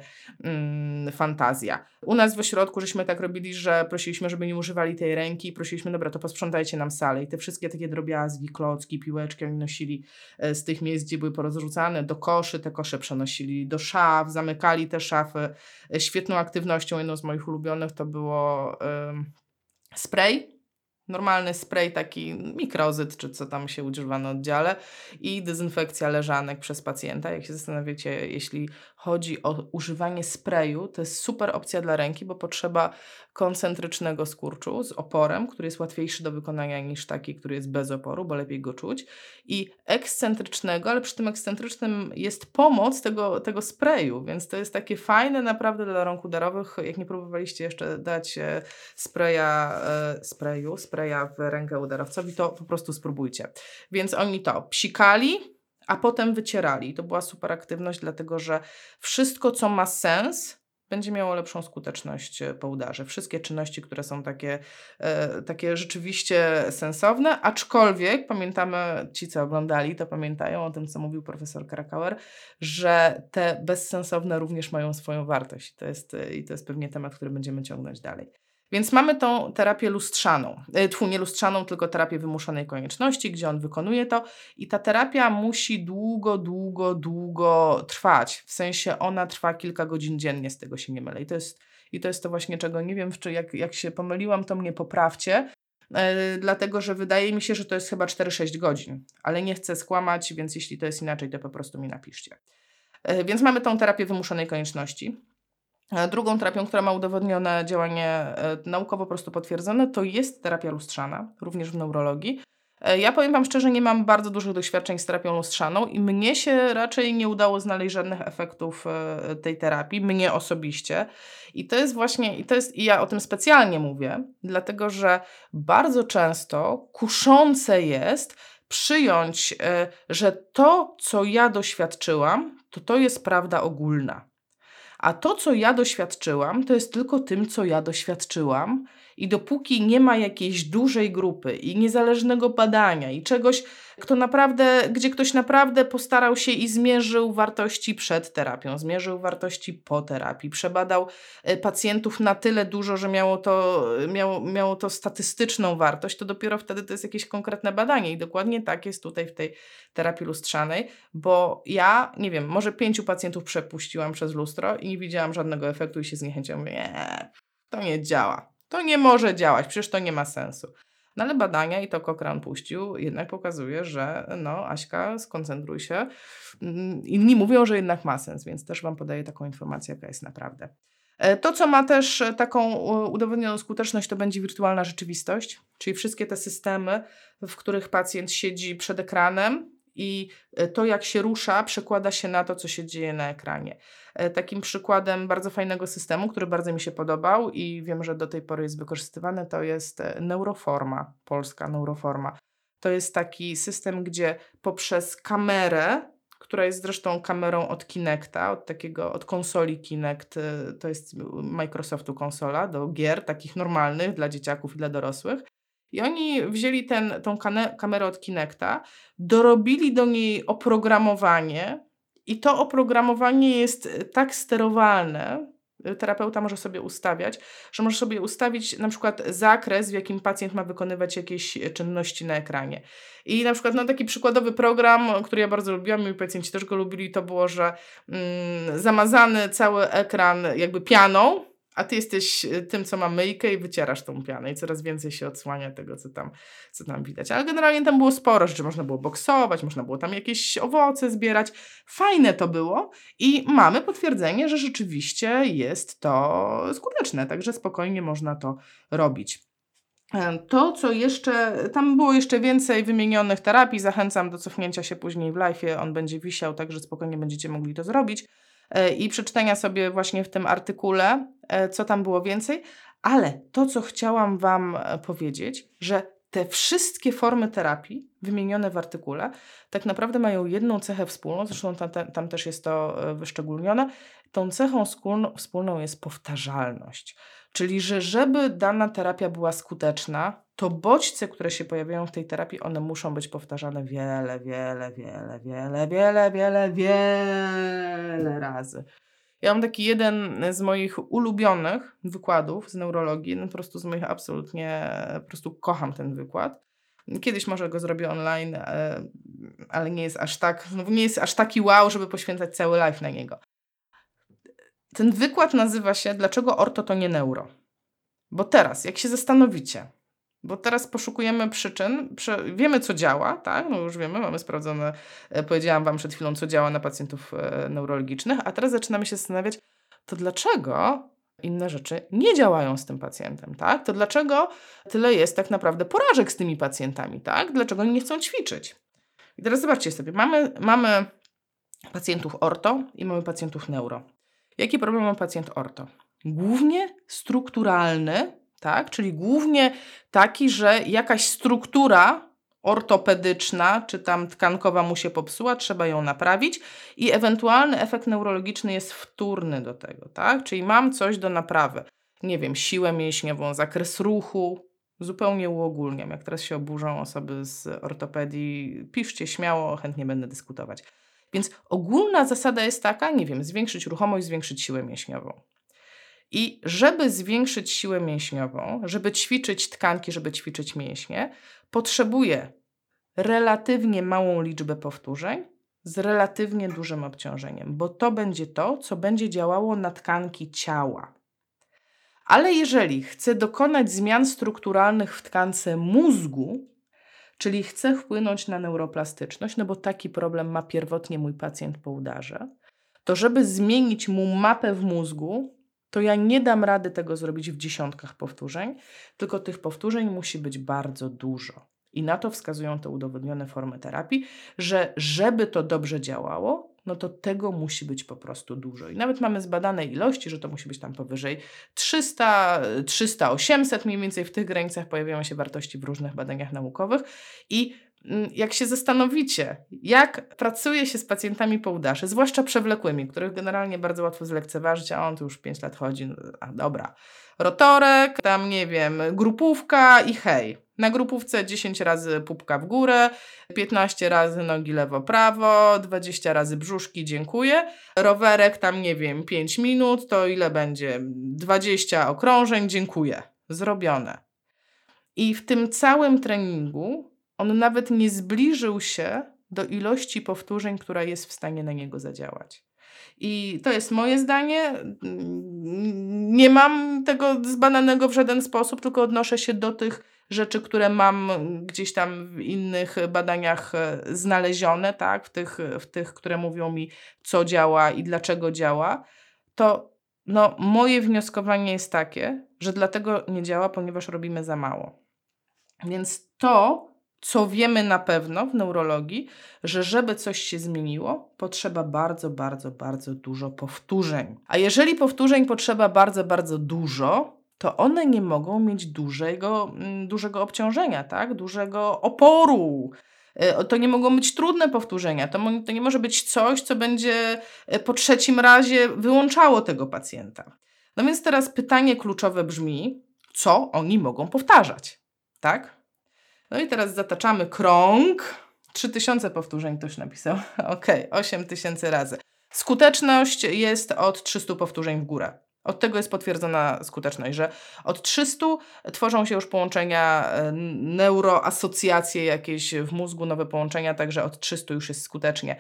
S1: mm, fantazja. U nas w ośrodku żeśmy tak robili, że prosiliśmy, żeby nie używali tej ręki i prosiliśmy, dobra, to posprzątajcie nam salę. I te wszystkie takie drobiazgi, klocki, piłeczki oni nosili z tych miejsc, gdzie były porozrzucane, do koszy, te kosze przenosili do szaf, zamykali te szafy. Świetną aktywnością, jedną z moich ulubionych to było ym, spray normalny spray taki mikrozyt, czy co tam się używa na oddziale i dezynfekcja leżanek przez pacjenta. Jak się zastanawiacie, jeśli chodzi o używanie sprayu, to jest super opcja dla ręki, bo potrzeba koncentrycznego skurczu z oporem, który jest łatwiejszy do wykonania niż taki, który jest bez oporu, bo lepiej go czuć. I ekscentrycznego, ale przy tym ekscentrycznym jest pomoc tego, tego sprayu, więc to jest takie fajne naprawdę dla rąk udarowych. Jak nie próbowaliście jeszcze dać e, spraya, e, sprayu, spraya w rękę udarowcowi, to po prostu spróbujcie. Więc oni to psikali, a potem wycierali. To była super aktywność, dlatego że wszystko, co ma sens, będzie miało lepszą skuteczność po udarze. Wszystkie czynności, które są takie, e, takie rzeczywiście sensowne, aczkolwiek pamiętamy, ci co oglądali, to pamiętają o tym, co mówił profesor Krakauer, że te bezsensowne również mają swoją wartość. To jest, i to jest pewnie temat, który będziemy ciągnąć dalej. Więc mamy tą terapię lustrzaną, e, tfu, nie lustrzaną, tylko terapię wymuszonej konieczności, gdzie on wykonuje to i ta terapia musi długo, długo, długo trwać. W sensie ona trwa kilka godzin dziennie, z tego się nie mylę. I to jest, i to, jest to właśnie, czego nie wiem, czy jak, jak się pomyliłam, to mnie poprawcie, e, dlatego że wydaje mi się, że to jest chyba cztery sześć godzin, ale nie chcę skłamać, więc jeśli to jest inaczej, to po prostu mi napiszcie. E, więc mamy tą terapię wymuszonej konieczności. Drugą terapią, która ma udowodnione działanie e, naukowo po prostu potwierdzone, to jest terapia lustrzana, również w neurologii. E, ja powiem Wam szczerze, nie mam bardzo dużych doświadczeń z terapią lustrzaną i mnie się raczej nie udało znaleźć żadnych efektów e, tej terapii, mnie osobiście. I to jest właśnie, i to jest, i ja o tym specjalnie mówię, dlatego że bardzo często kuszące jest przyjąć, e, że to, co ja doświadczyłam, to to jest prawda ogólna. A to, co ja doświadczyłam, to jest tylko tym, co ja doświadczyłam i dopóki nie ma jakiejś dużej grupy i niezależnego badania i czegoś, kto naprawdę, gdzie ktoś naprawdę postarał się i zmierzył wartości przed terapią, zmierzył wartości po terapii, przebadał e, pacjentów na tyle dużo, że miało to, miało, miało to statystyczną wartość, to dopiero wtedy to jest jakieś konkretne badanie i dokładnie tak jest tutaj w tej terapii lustrzanej, bo ja, nie wiem, może pięciu pacjentów przepuściłam przez lustro i nie widziałam żadnego efektu i się zniechęciłam. Mówię, nie, to nie działa. To nie może działać, przecież to nie ma sensu. No ale badania, i to Cochrane puścił, jednak pokazuje, że no Aśka, skoncentruj się. Inni mówią, że jednak ma sens, więc też Wam podaję taką informację, jaka jest naprawdę. To, co ma też taką udowodnioną skuteczność, to będzie wirtualna rzeczywistość, czyli wszystkie te systemy, w których pacjent siedzi przed ekranem i to, jak się rusza, przekłada się na to, co się dzieje na ekranie. Takim przykładem bardzo fajnego systemu, który bardzo mi się podobał i wiem, że do tej pory jest wykorzystywany, to jest Neuroforma, polska Neuroforma. To jest taki system, gdzie poprzez kamerę, która jest zresztą kamerą od Kinecta, od takiego, od konsoli Kinect, to jest Microsoftu konsola do gier takich normalnych dla dzieciaków i dla dorosłych. I oni wzięli ten, tą kane, kamerę od Kinecta, dorobili do niej oprogramowanie i to oprogramowanie jest tak sterowalne, terapeuta może sobie ustawiać, że może sobie ustawić na przykład zakres, w jakim pacjent ma wykonywać jakieś czynności na ekranie. I na przykład no, taki przykładowy program, który ja bardzo lubiłam, moi pacjenci też go lubili, to było, że mm, zamazany cały ekran jakby pianą, a ty jesteś tym, co ma myjkę i wycierasz tą pianę i coraz więcej się odsłania tego, co tam, co tam widać. Ale generalnie tam było sporo rzeczy, można było boksować, można było tam jakieś owoce zbierać. Fajne to było i mamy potwierdzenie, że rzeczywiście jest to skuteczne, także spokojnie można to robić. To, co jeszcze, tam było jeszcze więcej wymienionych terapii, zachęcam do cofnięcia się później w live'ie, on będzie wisiał, także spokojnie będziecie mogli to zrobić i przeczytania sobie właśnie w tym artykule, co tam było więcej, ale to, co chciałam Wam powiedzieć, że te wszystkie formy terapii wymienione w artykule tak naprawdę mają jedną cechę wspólną, zresztą tam, tam, tam też jest to wyszczególnione, tą cechą wspólną, wspólną jest powtarzalność. Czyli, że żeby dana terapia była skuteczna, to bodźce, które się pojawiają w tej terapii, one muszą być powtarzane wiele, wiele, wiele, wiele, wiele, wiele, wiele razy. Ja mam taki jeden z moich ulubionych wykładów z neurologii, no po prostu z moich absolutnie, po prostu kocham ten wykład. Kiedyś może go zrobię online, ale nie jest aż tak, no nie jest aż taki wow, żeby poświęcać cały live na niego. Ten wykład nazywa się Dlaczego orto to nie neuro? Bo teraz, jak się zastanowicie, Bo teraz poszukujemy przyczyn, prze, wiemy co działa, tak? No już wiemy, mamy sprawdzone, e, powiedziałam Wam przed chwilą, co działa na pacjentów e, neurologicznych, a teraz zaczynamy się zastanawiać, to dlaczego inne rzeczy nie działają z tym pacjentem, tak? To dlaczego tyle jest tak naprawdę porażek z tymi pacjentami, tak? Dlaczego oni nie chcą ćwiczyć? I teraz zobaczcie sobie, mamy, mamy pacjentów orto i mamy pacjentów neuro. Jaki problem ma pacjent orto? Głównie strukturalny, tak? Czyli głównie taki, że jakaś struktura ortopedyczna czy tam tkankowa mu się popsuła, trzeba ją naprawić i ewentualny efekt neurologiczny jest wtórny do tego, tak? Czyli mam coś do naprawy. Nie wiem, siłę mięśniową, zakres ruchu, zupełnie uogólniam. Jak teraz się oburzą osoby z ortopedii, piszcie śmiało, chętnie będę dyskutować. Więc ogólna zasada jest taka, nie wiem, zwiększyć ruchomość, zwiększyć siłę mięśniową. I żeby zwiększyć siłę mięśniową, żeby ćwiczyć tkanki, żeby ćwiczyć mięśnie, potrzebuję relatywnie małą liczbę powtórzeń z relatywnie dużym obciążeniem, bo to będzie to, co będzie działało na tkanki ciała. Ale jeżeli chcę dokonać zmian strukturalnych w tkance mózgu, czyli chcę wpłynąć na neuroplastyczność, no bo taki problem ma pierwotnie mój pacjent po udarze, to żeby zmienić mu mapę w mózgu, to ja nie dam rady tego zrobić w dziesiątkach powtórzeń, tylko tych powtórzeń musi być bardzo dużo. I na to wskazują te udowodnione formy terapii, że żeby to dobrze działało, no to tego musi być po prostu dużo. I nawet mamy zbadane ilości, że to musi być tam powyżej trzysta, trzysta, osiemset, mniej więcej w tych granicach pojawiają się wartości w różnych badaniach naukowych. I jak się zastanowicie, jak pracuje się z pacjentami po udarze, zwłaszcza przewlekłymi, których generalnie bardzo łatwo zlekceważyć, a on tu już pięć lat chodzi, a dobra, rotorek, tam nie wiem, grupówka i hej. Na grupówce dziesięć razy pupka w górę, piętnaście razy nogi lewo-prawo, dwadzieścia razy brzuszki, dziękuję. Rowerek tam nie wiem, pięć minut, to ile będzie? dwadzieścia okrążeń, dziękuję. Zrobione. I w tym całym treningu on nawet nie zbliżył się do ilości powtórzeń, która jest w stanie na niego zadziałać. I to jest moje zdanie. Nie mam tego zbadanego w żaden sposób, tylko odnoszę się do tych rzeczy, które mam gdzieś tam w innych badaniach znalezione, tak? w, tych, w tych, które mówią mi, co działa i dlaczego działa. To no, moje wnioskowanie jest takie, że dlatego nie działa, ponieważ robimy za mało. Więc to, co wiemy na pewno w neurologii, że żeby coś się zmieniło, potrzeba bardzo, bardzo, bardzo dużo powtórzeń. A jeżeli powtórzeń potrzeba bardzo, bardzo dużo, to one nie mogą mieć dużego, dużego obciążenia, tak? Dużego oporu. To nie mogą być trudne powtórzenia. To, mo- to nie może być coś, co będzie po trzecim razie wyłączało tego pacjenta. No więc teraz pytanie kluczowe brzmi, co oni mogą powtarzać, tak? No i teraz zataczamy krąg. trzy tysiące powtórzeń ktoś napisał. Okej, okay, osiem tysięcy razy. Skuteczność jest od trzystu powtórzeń w górę. Od tego jest potwierdzona skuteczność, że od trzystu tworzą się już połączenia, neuroasocjacje jakieś w mózgu, nowe połączenia, także od trzystu już jest skutecznie.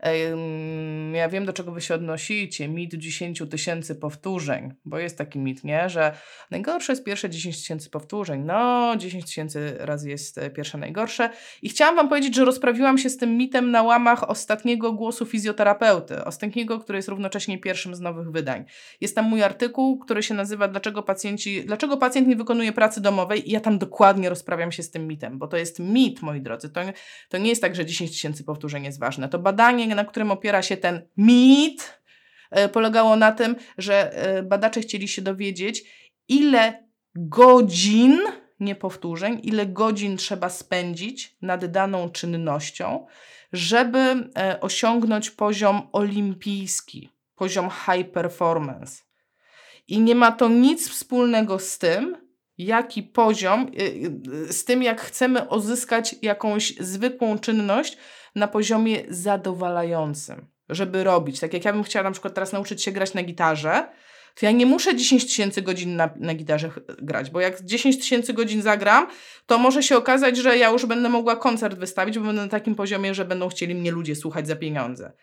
S1: Ja wiem, do czego wy się odnosicie. Mit dziesięć tysięcy powtórzeń, bo jest taki mit, nie? Że najgorsze jest pierwsze dziesięć tysięcy powtórzeń. No, dziesięć tysięcy razy jest pierwsze najgorsze. I chciałam wam powiedzieć, że rozprawiłam się z tym mitem na łamach ostatniego głosu fizjoterapeuty. Ostatniego, który jest równocześnie pierwszym z nowych wydań. Jest tam mój artykuł, który się nazywa Dlaczego pacjenci, dlaczego pacjent nie wykonuje pracy domowej i ja tam dokładnie rozprawiam się z tym mitem, bo to jest mit, moi drodzy. To, to nie jest tak, że dziesięć tysięcy powtórzeń jest ważne. To badanie, na którym opiera się ten mit, e, polegało na tym, że e, badacze chcieli się dowiedzieć, ile godzin, nie powtórzeń, ile godzin trzeba spędzić nad daną czynnością, żeby e, osiągnąć poziom olimpijski, poziom high performance. I nie ma to nic wspólnego z tym, jaki poziom, z tym jak chcemy uzyskać jakąś zwykłą czynność na poziomie zadowalającym, żeby robić. Tak jak ja bym chciała na przykład teraz nauczyć się grać na gitarze, to ja nie muszę dziesięć tysięcy godzin na, na gitarze grać, bo jak dziesięć tysięcy godzin zagram, to może się okazać, że ja już będę mogła koncert wystawić, bo będę na takim poziomie, że będą chcieli mnie ludzie słuchać za pieniądze.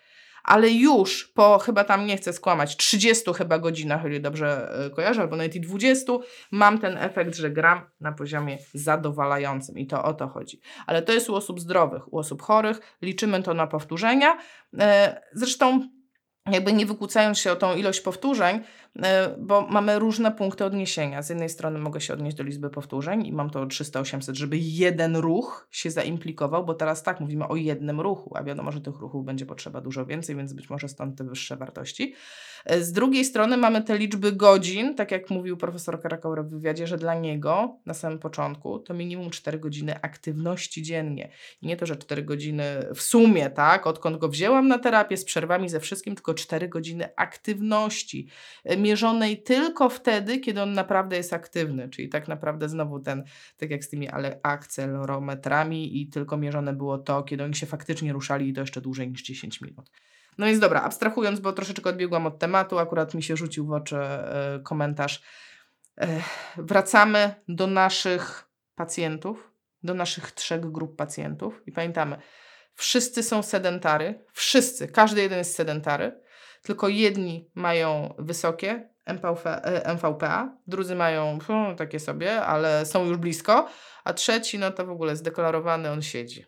S1: ale już po chyba tam, nie chcę skłamać, trzydziestu chyba godzinach, o ile dobrze y, kojarzę, albo nawet i dwudziestu, mam ten efekt, że gram na poziomie zadowalającym i to o to chodzi. Ale to jest u osób zdrowych, u osób chorych, liczymy to na powtórzenia. Y, zresztą jakby nie wykłócając się o tą ilość powtórzeń, bo mamy różne punkty odniesienia. Z jednej strony mogę się odnieść do liczby powtórzeń i mam to trzysta osiemset, żeby jeden ruch się zaimplikował, bo teraz tak, mówimy o jednym ruchu, a wiadomo, że tych ruchów będzie potrzeba dużo więcej, więc być może stąd te wyższe wartości. Z drugiej strony mamy te liczby godzin, tak jak mówił profesor Karakauer w wywiadzie, że dla niego na samym początku to minimum cztery godziny aktywności dziennie. I nie to, że cztery godziny w sumie, tak, odkąd go wzięłam na terapię z przerwami, ze wszystkim, tylko cztery godziny aktywności, mierzonej tylko wtedy, kiedy on naprawdę jest aktywny, czyli tak naprawdę znowu ten, tak jak z tymi ale akcelerometrami i tylko mierzone było to, kiedy oni się faktycznie ruszali i to jeszcze dłużej niż dziesięć minut. No więc dobra, abstrahując, bo troszeczkę odbiegłam od tematu, akurat mi się rzucił w oczy e, komentarz. E, wracamy do naszych pacjentów, do naszych trzech grup pacjentów i pamiętamy, wszyscy są sedentary, wszyscy, każdy jeden jest sedentary, tylko jedni mają wysokie M V P, M V P A, drudzy mają hmm, takie sobie, ale są już blisko, a trzeci no to w ogóle zdeklarowany, on siedzi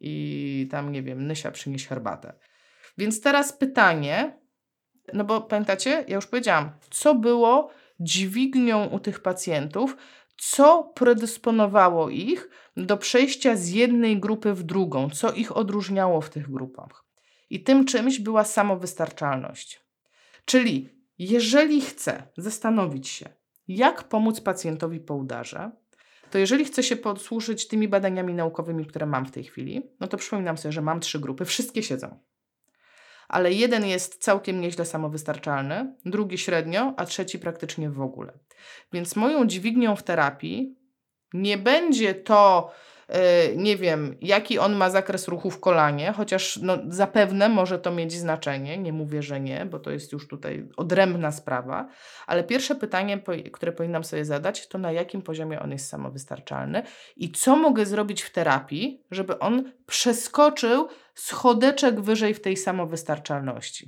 S1: i tam, nie wiem, Nysia przynieś herbatę. Więc teraz pytanie, no bo pamiętacie, ja już powiedziałam, co było dźwignią u tych pacjentów, co predysponowało ich do przejścia z jednej grupy w drugą, co ich odróżniało w tych grupach. I tym czymś była samowystarczalność. Czyli jeżeli chcę zastanowić się, jak pomóc pacjentowi po udarze, to jeżeli chcę się posłużyć tymi badaniami naukowymi, które mam w tej chwili, no to przypominam sobie, że mam trzy grupy, wszystkie siedzą. Ale jeden jest całkiem nieźle samowystarczalny, drugi średnio, a trzeci praktycznie w ogóle. Więc moją dźwignią w terapii nie będzie to, yy, nie wiem, jaki on ma zakres ruchu w kolanie, chociaż no, zapewne może to mieć znaczenie, nie mówię, że nie, bo to jest już tutaj odrębna sprawa, ale pierwsze pytanie, które powinnam sobie zadać, to na jakim poziomie on jest samowystarczalny i co mogę zrobić w terapii, żeby on przeskoczył schodeczek wyżej w tej samowystarczalności.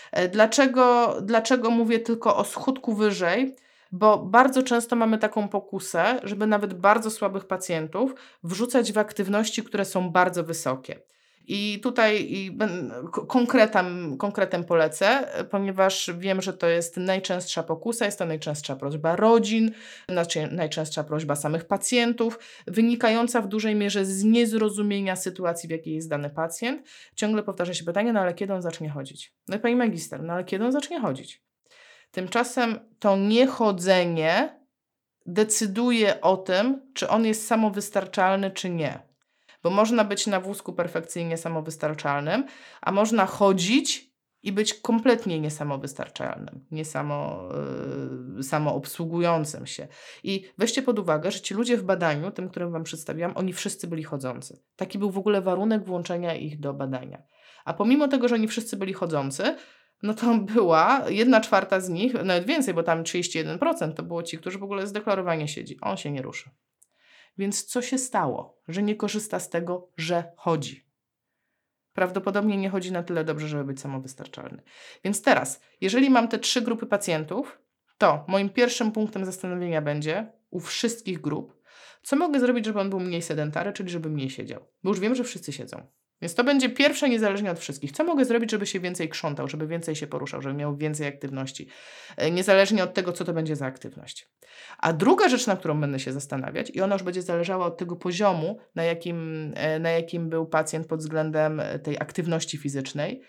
S1: Dlaczego, dlaczego mówię tylko o schudku wyżej? Bo bardzo często mamy taką pokusę, żeby nawet bardzo słabych pacjentów wrzucać w aktywności, które są bardzo wysokie. I tutaj i konkretem, konkretem polecę, ponieważ wiem, że to jest najczęstsza pokusa, jest to najczęstsza prośba rodzin, znaczy najczęststsza prośba samych pacjentów, wynikająca w dużej mierze z niezrozumienia sytuacji, w jakiej jest dany pacjent. Ciągle powtarza się pytanie, no ale kiedy on zacznie chodzić? No i pani magister, no ale kiedy on zacznie chodzić? Tymczasem to niechodzenie decyduje o tym, czy on jest samowystarczalny, czy nie. Bo można być na wózku perfekcyjnie samowystarczalnym, a można chodzić i być kompletnie niesamowystarczalnym, nie samo, yy, samoobsługującym się. I weźcie pod uwagę, że ci ludzie w badaniu, tym, którym wam przedstawiłam, oni wszyscy byli chodzący. Taki był w ogóle warunek włączenia ich do badania. A pomimo tego, że oni wszyscy byli chodzący, no to była jedna czwarta z nich, nawet więcej, bo tam trzydzieści jeden procent to było ci, którzy w ogóle zdeklarowanie siedzi. On się nie ruszy. Więc co się stało, że nie korzysta z tego, że chodzi? Prawdopodobnie nie chodzi na tyle dobrze, żeby być samowystarczalny. Więc teraz, jeżeli mam te trzy grupy pacjentów, to moim pierwszym punktem zastanowienia będzie u wszystkich grup, co mogę zrobić, żeby on był mniej sedentary, czyli żeby mniej siedział. Bo już wiem, że wszyscy siedzą. Więc to będzie pierwsze niezależnie od wszystkich. Co mogę zrobić, żeby się więcej krzątał, żeby więcej się poruszał, żeby miał więcej aktywności, niezależnie od tego, co to będzie za aktywność. A druga rzecz, na którą będę się zastanawiać, i ona już będzie zależała od tego poziomu, na jakim, na jakim był pacjent pod względem tej aktywności fizycznej,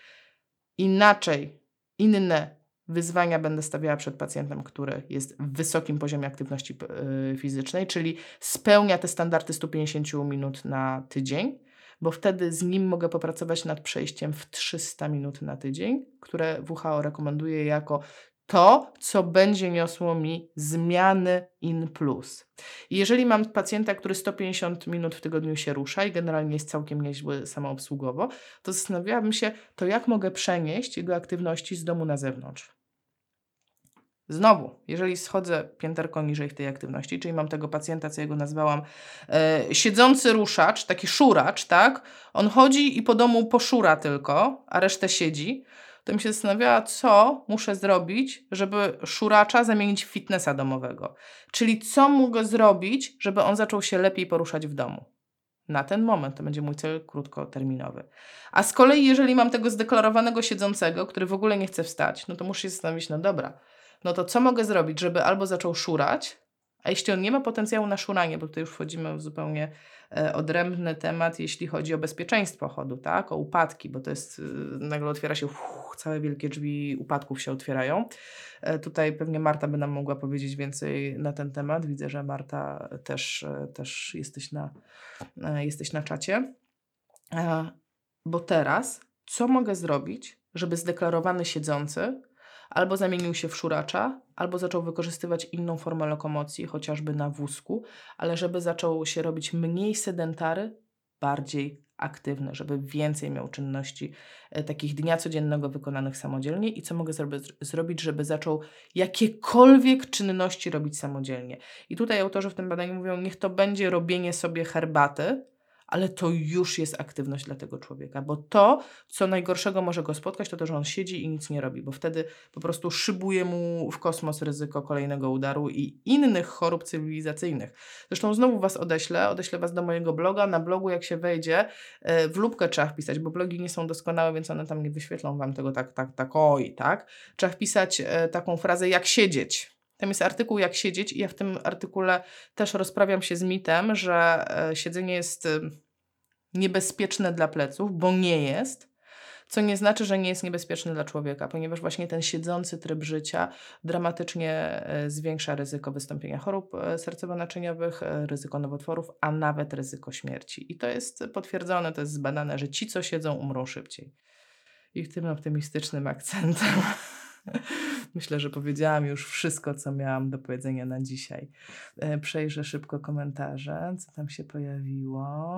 S1: inaczej, inne wyzwania będę stawiała przed pacjentem, który jest w wysokim poziomie aktywności fizycznej, czyli spełnia te standardy sto pięćdziesiąt minut na tydzień, bo wtedy z nim mogę popracować nad przejściem w trzysta minut na tydzień, które W H O rekomenduje jako to, co będzie niosło mi zmiany in plus. I jeżeli mam pacjenta, który sto pięćdziesiąt minut w tygodniu się rusza i generalnie jest całkiem nieźły samoobsługowo, to zastanawiałabym się, to jak mogę przenieść jego aktywności z domu na zewnątrz. Znowu, jeżeli schodzę pięterko niżej w tej aktywności, czyli mam tego pacjenta, co ja go nazwałam, e, siedzący ruszacz, taki szuracz, tak? On chodzi i po domu poszura tylko, a resztę siedzi, to mi się zastanawiała, co muszę zrobić, żeby szuracza zamienić w fitnessa domowego. Czyli co mogę zrobić, żeby on zaczął się lepiej poruszać w domu. Na ten moment to będzie mój cel krótkoterminowy. A z kolei, jeżeli mam tego zdeklarowanego siedzącego, który w ogóle nie chce wstać, no to muszę się zastanowić, no dobra, no to co mogę zrobić, żeby albo zaczął szurać, a jeśli on nie ma potencjału na szuranie, bo tutaj już wchodzimy w zupełnie e, odrębny temat, jeśli chodzi o bezpieczeństwo chodu, tak, o upadki, bo to jest, y, nagle otwiera się, uff, całe wielkie drzwi upadków się otwierają. E, tutaj pewnie Marta by nam mogła powiedzieć więcej na ten temat. Widzę, że Marta też, e, też jesteś na, e, jesteś na czacie. E, bo teraz, co mogę zrobić, żeby zdeklarowany siedzący albo zamienił się w szuracza, albo zaczął wykorzystywać inną formę lokomocji, chociażby na wózku, ale żeby zaczął się robić mniej sedentary, bardziej aktywny, żeby więcej miał czynności e, takich dnia codziennego wykonanych samodzielnie i co mogę zrobić, zrobić, żeby zaczął jakiekolwiek czynności robić samodzielnie. I tutaj autorzy w tym badaniu mówią, niech to będzie robienie sobie herbaty, ale to już jest aktywność dla tego człowieka, bo to, co najgorszego może go spotkać, to to, że on siedzi i nic nie robi, bo wtedy po prostu szybuje mu w kosmos ryzyko kolejnego udaru i innych chorób cywilizacyjnych. Zresztą znowu Was odeślę, odeślę Was do mojego bloga. Na blogu, jak się wejdzie, w lubkę trzeba wpisać, bo blogi nie są doskonałe, więc one tam nie wyświetlą Wam tego tak, tak, tak, oj, tak. Trzeba wpisać taką frazę, jak siedzieć. Tam jest artykuł, jak siedzieć i ja w tym artykule też rozprawiam się z mitem, że siedzenie jest niebezpieczne dla pleców, bo nie jest, co nie znaczy, że nie jest niebezpieczne dla człowieka, ponieważ właśnie ten siedzący tryb życia dramatycznie zwiększa ryzyko wystąpienia chorób sercowo-naczyniowych, ryzyko nowotworów, a nawet ryzyko śmierci. I to jest potwierdzone, to jest zbadane, że ci, co siedzą, umrą szybciej. I tym optymistycznym akcentem myślę, że powiedziałam już wszystko, co miałam do powiedzenia na dzisiaj. Przejrzę szybko komentarze, co tam się pojawiło.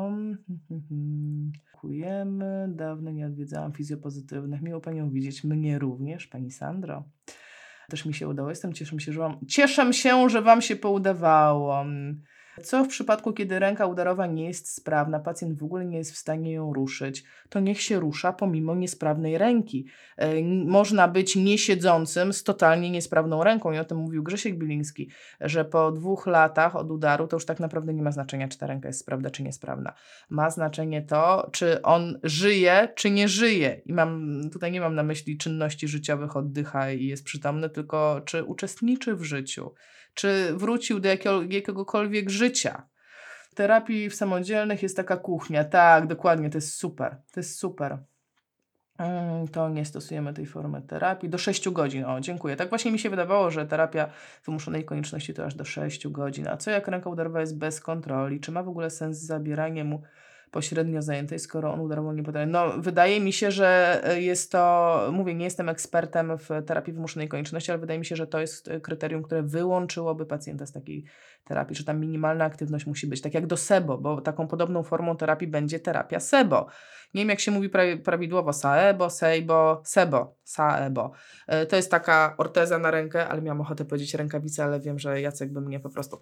S1: Dziękujemy. Dawno nie odwiedzałam fizjopozytywnych. Miło Panią widzieć. Mnie również, Pani Sandro. Też mi się udało. Jestem, cieszę się, że wam, cieszę się, że Wam się poudawało. Co w przypadku, kiedy ręka udarowa nie jest sprawna, pacjent w ogóle nie jest w stanie ją ruszyć, to niech się rusza pomimo niesprawnej ręki. Yy, można być niesiedzącym z totalnie niesprawną ręką i o tym mówił Grzesiek Biliński, że po dwóch latach od udaru to już tak naprawdę nie ma znaczenia, czy ta ręka jest sprawna, czy niesprawna. Ma znaczenie to, czy on żyje, czy nie żyje. I mam, tutaj nie mam na myśli czynności życiowych, oddycha i jest przytomny, tylko czy uczestniczy w życiu. Czy wrócił do jakiego, jakiegokolwiek życia. W terapii w samodzielnych jest taka kuchnia. Tak, dokładnie, to jest super. To jest super. Mm, to nie stosujemy tej formy terapii. Do sześciu godzin. O, dziękuję. Tak właśnie mi się wydawało, że terapia wymuszonej konieczności to aż do sześciu godzin. A co jak ręka udarowa jest bez kontroli? Czy ma w ogóle sens zabieranie mu pośrednio zajętej, skoro on udarowo nie podaje? No, wydaje mi się, że jest to, mówię, nie jestem ekspertem w terapii wymuszonej konieczności, ale wydaje mi się, że to jest kryterium, które wyłączyłoby pacjenta z takiej terapii, że tam minimalna aktywność musi być, tak jak do SEBO, bo taką podobną formą terapii będzie terapia SEBO. Nie wiem, jak się mówi pra- prawidłowo, SAEBO, SEIBO, SEBO, SAEBO. To jest taka orteza na rękę, ale miałam ochotę powiedzieć rękawica, ale wiem, że Jacek by mnie po prostu...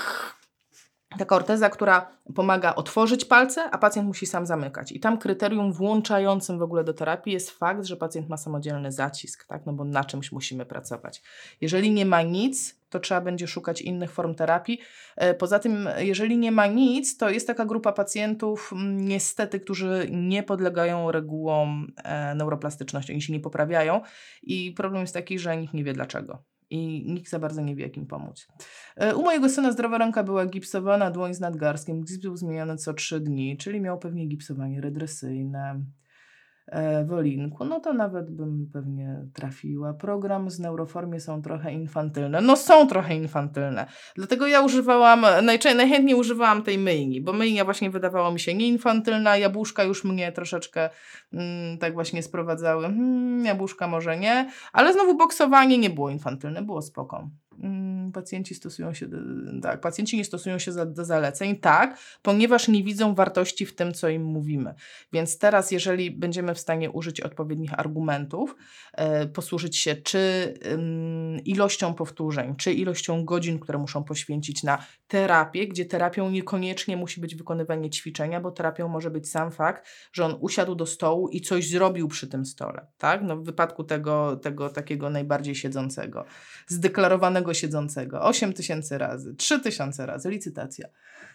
S1: Taka orteza, która pomaga otworzyć palce, a pacjent musi sam zamykać. I tam kryterium włączającym w ogóle do terapii jest fakt, że pacjent ma samodzielny zacisk, tak? No bo na czymś musimy pracować. Jeżeli nie ma nic, to trzeba będzie szukać innych form terapii. Poza tym, jeżeli nie ma nic, to jest taka grupa pacjentów, niestety, którzy nie podlegają regułom e, neuroplastyczności. Oni się nie poprawiają i problem jest taki, że nikt nie wie dlaczego. I nikt za bardzo nie wie, jak im pomóc. U mojego syna zdrowa ręka była gipsowana, dłoń z nadgarstkiem. Gips był zmieniany co trzy dni, czyli miał pewnie gipsowanie redresyjne. E, w Olinku, no to nawet bym pewnie trafiła. Program z Neuroformie są trochę infantylne. No są trochę infantylne. Dlatego ja używałam, najczę- najchętniej używałam tej myjni, bo myjnia właśnie wydawała mi się nieinfantylna. Jabłuszka już mnie troszeczkę mm, tak właśnie sprowadzały. Hmm, jabłuszka może nie, ale znowu boksowanie nie było infantylne, było spoko. Mm. Pacjenci stosują się, tak, pacjenci nie stosują się za, do zaleceń, tak, ponieważ nie widzą wartości w tym, co im mówimy. Więc teraz, jeżeli będziemy w stanie użyć odpowiednich argumentów, e, posłużyć się czy ym, ilością powtórzeń, czy ilością godzin, które muszą poświęcić na terapię, gdzie terapią niekoniecznie musi być wykonywanie ćwiczenia, bo terapią może być sam fakt, że on usiadł do stołu i coś zrobił przy tym stole, tak? No w wypadku tego, tego takiego najbardziej siedzącego, zdeklarowanego siedzącego, osiem tysięcy razy, trzy tysiące razy, licytacja.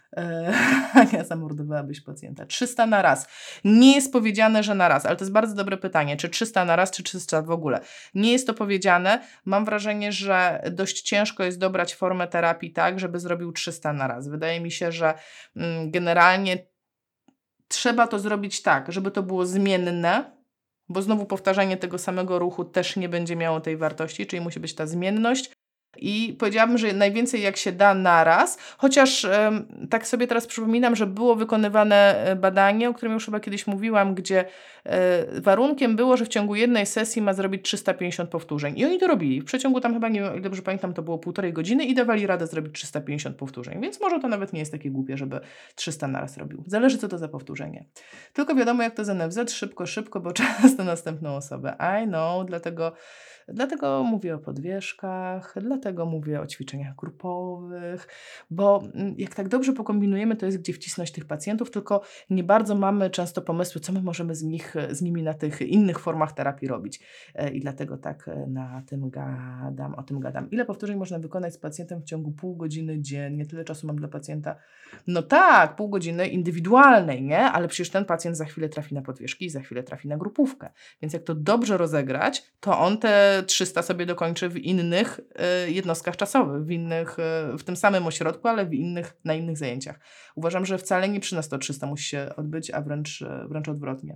S1: Ja zamordowałabyś pacjenta. trzysta na raz. Nie jest powiedziane, że na raz, ale to jest bardzo dobre pytanie, czy trzysta na raz, czy trzysta w ogóle. Nie jest to powiedziane. Mam wrażenie, że dość ciężko jest dobrać formę terapii tak, żeby zrobił trzysta na raz. Wydaje mi się, że mm, generalnie trzeba to zrobić tak, żeby to było zmienne, bo znowu powtarzanie tego samego ruchu też nie będzie miało tej wartości, czyli musi być ta zmienność. I powiedziałabym, że najwięcej jak się da naraz, chociaż e, tak sobie teraz przypominam, że było wykonywane badanie, o którym już chyba kiedyś mówiłam, gdzie e, warunkiem było, że w ciągu jednej sesji ma zrobić trzysta pięćdziesiąt powtórzeń. I oni to robili. W przeciągu tam chyba, nie wiem, dobrze pamiętam, to było półtorej godziny i dawali radę zrobić trzysta pięćdziesiąt powtórzeń. Więc może to nawet nie jest takie głupie, żeby trzysta naraz robił. Zależy, co to za powtórzenie. Tylko wiadomo, jak to z N F Z, szybko, szybko, bo czas na następną osobę. I know, dlatego... Dlatego mówię o podwyżkach, dlatego mówię o ćwiczeniach grupowych, bo jak tak dobrze pokombinujemy, to jest gdzie wcisnąć tych pacjentów, tylko nie bardzo mamy często pomysły, co my możemy z, nich, z nimi na tych innych formach terapii robić. I dlatego tak na tym gadam, o tym gadam. Ile powtórzeń można wykonać z pacjentem w ciągu pół godziny dziennie? Tyle czasu mam dla pacjenta. No tak, pół godziny indywidualnej, nie? Ale przecież ten pacjent za chwilę trafi na podwyżki i za chwilę trafi na grupówkę. Więc jak to dobrze rozegrać, to on te trzysta sobie dokończy w innych y, jednostkach czasowych, w innych, y, w tym samym ośrodku, ale w innych, na innych zajęciach. Uważam, że wcale nie przy nas to trzysta musi się odbyć, a wręcz, wręcz odwrotnie.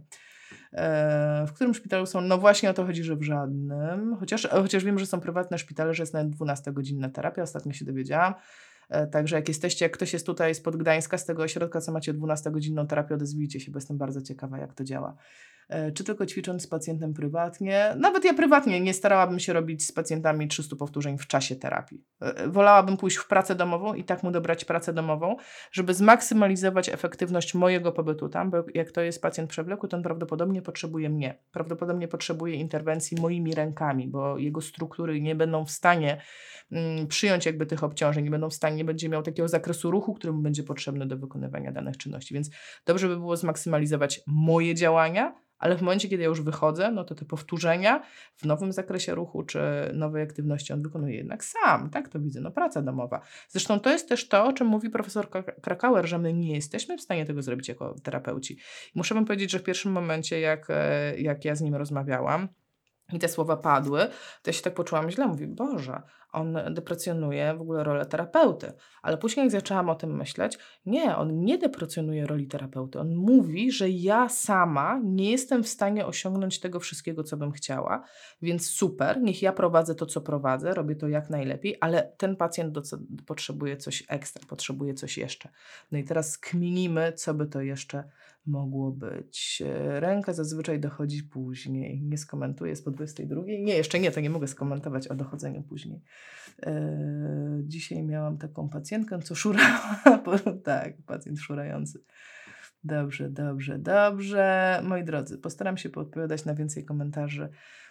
S1: W którym szpitalu są? No właśnie o to chodzi, że w żadnym. Chociaż, chociaż wiem, że są prywatne szpitale, że jest nawet dwunastogodzinna terapia, ostatnio się dowiedziałam. Także jak jesteście, jak ktoś jest tutaj spod Gdańska, z tego ośrodka, co macie dwunastogodzinną terapię, odezwijcie się, bo jestem bardzo ciekawa, jak to działa. Czy tylko ćwicząc z pacjentem prywatnie? Nawet ja prywatnie nie starałabym się robić z pacjentami trzysta powtórzeń w czasie terapii. Wolałabym pójść w pracę domową i tak mu dobrać pracę domową, żeby zmaksymalizować efektywność mojego pobytu tam, bo jak to jest pacjent przewlekły, to on prawdopodobnie potrzebuje mnie. Prawdopodobnie potrzebuje interwencji moimi rękami, bo jego struktury nie będą w stanie mm, przyjąć jakby tych obciążeń, nie będą w stanie, nie będzie miał takiego zakresu ruchu, który mu będzie potrzebny do wykonywania danych czynności. Więc dobrze by było zmaksymalizować moje działania, ale w momencie, kiedy ja już wychodzę, no to te powtórzenia w nowym zakresie ruchu czy nowej aktywności on wykonuje jednak sam. Tak to widzę, no praca domowa. Zresztą to jest też to, o czym mówi profesor Krakauer, że my nie jesteśmy w stanie tego zrobić jako terapeuci. Muszę wam powiedzieć, że w pierwszym momencie, jak, jak ja z nim rozmawiałam, i te słowa padły, to ja się tak poczułam źle. Mówię, Boże, on deprecjonuje w ogóle rolę terapeuty. Ale później jak zaczęłam o tym myśleć, nie, on nie deprecjonuje roli terapeuty. On mówi, że ja sama nie jestem w stanie osiągnąć tego wszystkiego, co bym chciała, więc super, niech ja prowadzę to, co prowadzę, robię to jak najlepiej, ale ten pacjent do, co, potrzebuje coś ekstra, potrzebuje coś jeszcze. No i teraz kminimy, co by to jeszcze mogło być. Ręka zazwyczaj dochodzi później. Nie skomentuję spod dwudziestej drugiej. Nie, jeszcze nie, to nie mogę skomentować o dochodzeniu później. Eee, dzisiaj miałam taką pacjentkę, co szurała. Tak, pacjent szurający. Dobrze, dobrze, dobrze. Moi drodzy, postaram się podpowiadać na więcej komentarzy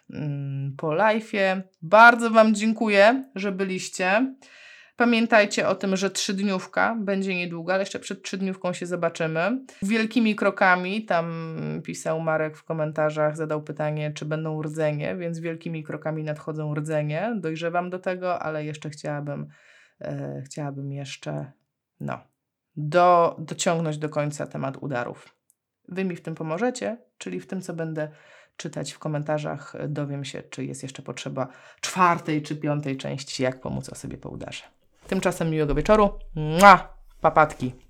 S1: mm, po live'ie. Bardzo wam dziękuję, że byliście. Pamiętajcie o tym, że trzydniówka będzie niedługo, ale jeszcze przed trzydniówką się zobaczymy. Wielkimi krokami, tam pisał Marek w komentarzach, zadał pytanie, czy będą rdzenie, więc wielkimi krokami nadchodzą rdzenie. Dojrzewam do tego, ale jeszcze chciałabym, e, chciałabym jeszcze, no, do, dociągnąć do końca temat udarów. Wy mi w tym pomożecie, czyli w tym, co będę czytać w komentarzach, dowiem się, czy jest jeszcze potrzeba czwartej czy piątej części, jak pomóc osobie po udarze. Tymczasem miłego wieczoru. Mua! Papatki.